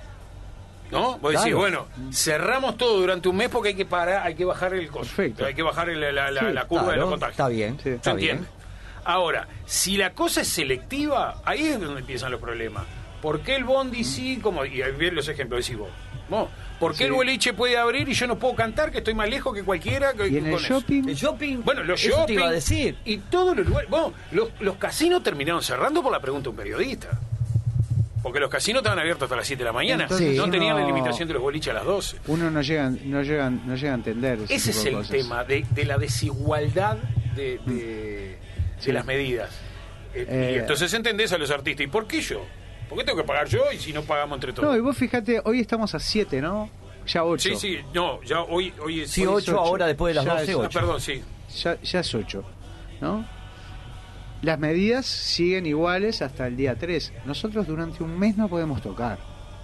D: ¿no? Vos decís, bueno, cerramos todo durante un mes porque hay que bajar el costo. Perfecto. Hay que bajar la curva de los contagios.
C: Está bien, sí, está bien.
D: Ahora, si la cosa es selectiva, ahí es donde empiezan los problemas. ¿Por qué el bondi sí? Y ahí vienen los ejemplos, decís vos. ¿No? ¿Por qué el boliche puede abrir y yo no puedo cantar, que estoy más lejos que cualquiera?
B: ¿Y en el shopping?
C: El shopping,
D: bueno, los
C: eso
D: shopping,
C: te iba a decir.
D: Y todos los lugares. Bueno, los casinos terminaron cerrando por la pregunta de un periodista. Porque los casinos estaban abiertos hasta las 7 de la mañana. Entonces, no tenían la limitación de los boliches a las 12.
B: Uno no llega a entender.
D: Ese es el tema de la desigualdad de las medidas. Y entonces entendés a los artistas. ¿Y por qué yo? ¿Por qué tengo que pagar yo y si no pagamos entre todos?
B: No, y vos fíjate, hoy estamos a 7, ¿no? Ya 8.
D: Sí, no, ya hoy es...
C: Sí, 8 ahora después de las 12, 8.
D: Perdón, sí.
B: Ya es 8, ¿no? Las medidas siguen iguales hasta el día 3. Nosotros durante un mes no podemos tocar.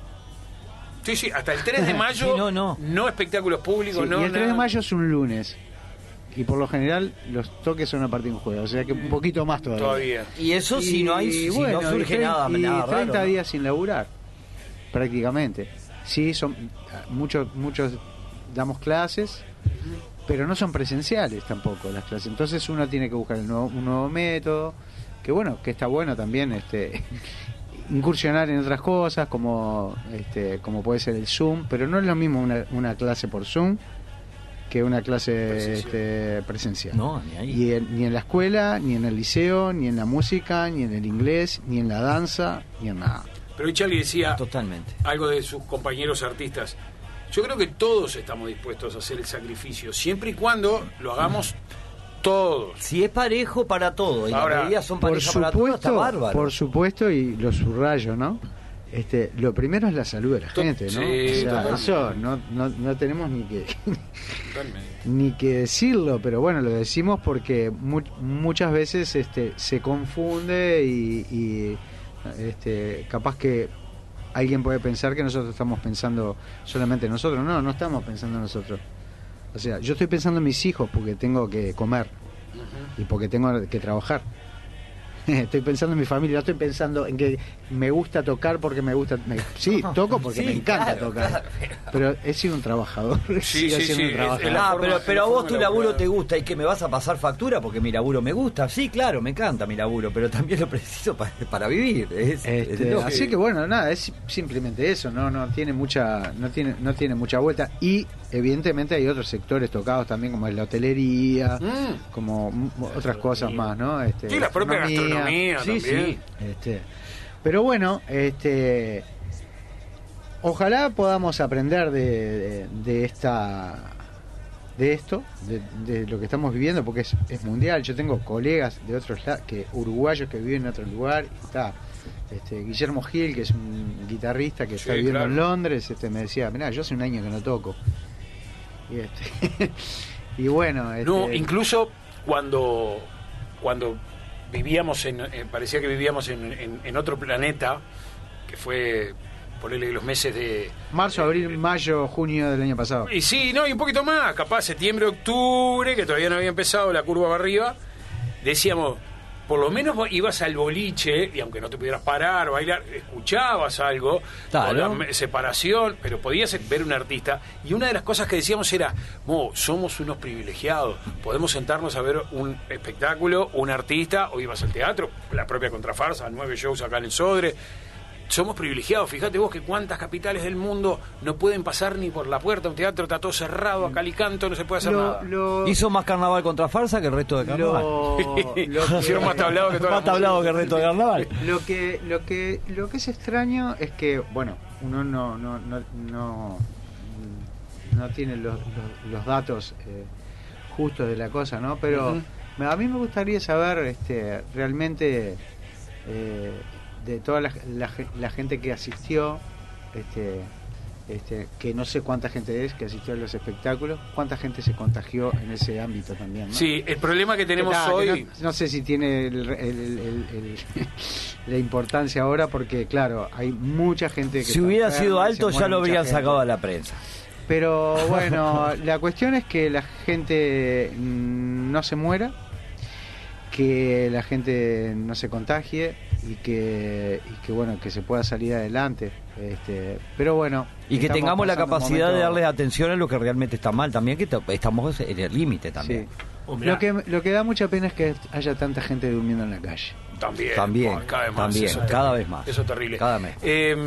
D: Sí, hasta el 3 de mayo
C: sí,
D: no espectáculos públicos,
B: sí,
D: no.
B: Y el 3 de mayo es un lunes. Y por lo general los toques son a partir de un jueves, o sea que un poquito más todavía.
C: Y eso si no surge nada
B: 30
C: raro,
B: días sin laburar, prácticamente. Sí, son muchos damos clases, pero no son presenciales tampoco las clases. Entonces uno tiene que buscar un nuevo método, que está bueno también incursionar en otras cosas como puede ser el Zoom, pero no es lo mismo una clase por Zoom que una clase presencial.
C: No, ni ahí.
B: Ni en la escuela, ni en el liceo, ni en la música, ni en el inglés, ni en la danza, ni en nada.
D: Pero Charlie decía
C: totalmente
D: algo de sus compañeros artistas. Yo creo que todos estamos dispuestos a hacer el sacrificio, siempre y cuando lo hagamos todos.
C: Si es parejo para todos, y
D: ahora,
C: las medidas son parejas para todos, está bárbaro.
B: Por supuesto, y lo subrayo, ¿no? lo primero es la salud de la gente, ¿no?
D: Sí,
B: o sea, eso no tenemos ni que decirlo, pero bueno, lo decimos porque muchas veces se confunde y capaz que alguien puede pensar que nosotros estamos pensando solamente en nosotros. No estamos pensando en nosotros. O sea, yo estoy pensando en mis hijos porque tengo que comer y porque tengo que trabajar. Estoy pensando en mi familia, no estoy pensando en que me gusta tocar porque me gusta. Sí, toco porque me encanta tocar. Claro. Pero he sido un trabajador.
D: Sí.
C: Pero a vos tu laburo te gusta y que me vas a pasar factura porque mi laburo me gusta. Sí, claro, me encanta mi laburo, pero también lo preciso para vivir.
B: Así que bueno, nada, es simplemente eso, no tiene mucha vuelta. Y evidentemente hay otros sectores tocados también, como es la hotelería, como otras cosas más, ¿no?
D: Sí, la propia gastronomía también.
B: Sí. Pero bueno, ojalá podamos aprender de esto, de lo que estamos viviendo, porque es mundial. Yo tengo colegas de otros lados, uruguayos que viven en otro lugar. Está Guillermo Gil, que es un guitarrista que está viviendo en Londres. Me decía, mirá, yo hace un año que no toco. Y bueno,
D: no, incluso cuando vivíamos parecía que vivíamos en otro planeta, que fue ponerle los meses de
B: marzo, abril, mayo, junio del año pasado.
D: Y sí, y un poquito más, capaz septiembre, octubre, que todavía no había empezado la curva para arriba. Decíamos, por lo menos ibas al boliche y aunque no te pudieras parar, bailar, escuchabas algo,
C: claro,
D: con la separación, pero podías ver un artista. Y una de las cosas que decíamos era, somos unos privilegiados, podemos sentarnos a ver un espectáculo, un artista, o ibas al teatro, la propia Contrafarsa, 9 shows acá en el Sodre. Somos privilegiados, fíjate vos que cuántas capitales del mundo no pueden pasar ni por la puerta, un teatro está todo cerrado, a cal y canto, no se puede hacer nada.
C: Hizo más carnaval Contrafarsa que el resto de carnaval.
D: Hicieron más tablado que
C: más tablado que el resto de carnaval.
B: Lo que es extraño es que, bueno, uno no tiene los datos justos de la cosa, ¿no? Pero a mí me gustaría saber realmente de toda la gente que asistió, que no sé cuánta gente es que asistió a los espectáculos, cuánta gente se contagió en ese ámbito también, ¿no?
D: Sí, el problema que tenemos hoy...
B: No sé si tiene la importancia ahora, porque claro, hay mucha gente que...
C: Si hubiera sido alto ya lo habrían sacado a la prensa.
B: Pero bueno, la cuestión es que la gente no se muera, que la gente no se contagie y que bueno, que se pueda salir adelante, pero bueno,
C: y que tengamos la capacidad de darle atención a lo que realmente está mal también, que estamos en el límite también.
B: Sí. Lo que da mucha pena es que haya tanta gente durmiendo en la calle.
D: También
C: cada vez más.
D: Eso es terrible.
C: Cada mes.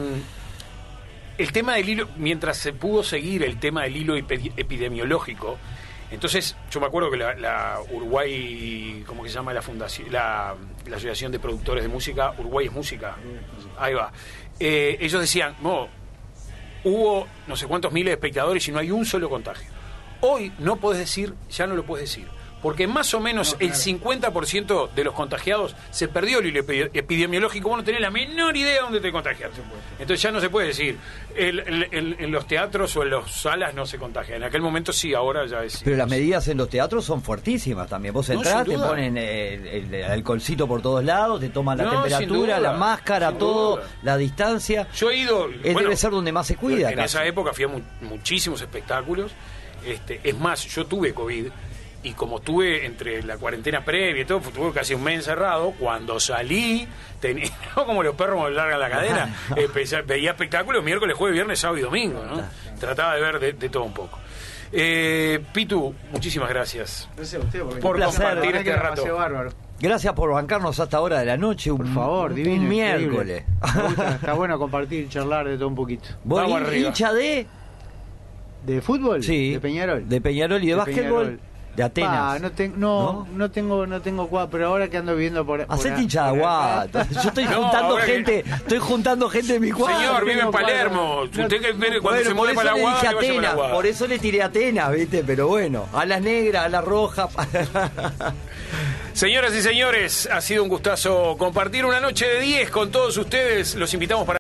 D: El tema del hilo, mientras se pudo seguir el tema del hilo epidemiológico, entonces yo me acuerdo que la Uruguay, ¿cómo que se llama la fundación? La Asociación de Productores de Música, Uruguay es Música, ahí va. Ellos decían, hubo no sé cuántos miles de espectadores y no hay un solo contagio. Hoy no podés decir, ya no lo puedes decir, porque más o menos el 50% de los contagiados se perdió el hilo epidemiológico. Vos no tenés la menor idea de dónde te contagiaste. Entonces ya no se puede decir en los teatros o en las salas no se contagia. En aquel momento sí, ahora ya es...
C: Pero las medidas en los teatros son fuertísimas también. Vos entrás, te ponen el alcoholcito por todos lados, te toman la temperatura, la máscara, todo, la distancia.
D: Yo he ido...
C: Debe ser donde más se cuida.
D: En esa época fui a muchísimos espectáculos. Es más, yo tuve COVID. Y como tuve entre la cuarentena previa y todo, tuve casi un mes encerrado, cuando salí, tenía como los perros me largan la cadena, veía espectáculos miércoles, jueves, viernes, sábado y domingo, ¿no? Trataba de ver de todo un poco. Pitu, muchísimas gracias.
B: Gracias a usted
D: por compartir este rato.
B: Bárbaro.
C: Gracias por bancarnos hasta hora de la noche.
B: Por favor, divino.
C: Un miércoles.
B: Está bueno compartir, charlar de todo un poquito.
C: ¿Vos hincha de
B: fútbol?
C: Sí.
B: De Peñarol.
C: De Peñarol y de básquetbol. De Atenas.
B: No tengo cuadro, pero ahora que ando viviendo por
C: hacete hinchada guata. Yo estoy juntando gente, estoy juntando gente de mi cuadro.
D: Señor, vive en Palermo. Usted que viene cuando se mueve para la Guada,
C: Atenas, por eso le tiré a Atenas, ¿viste? Pero bueno, a las negras, a las rojas.
D: Señoras y señores, ha sido un gustazo compartir una noche de 10 con todos ustedes. Los invitamos para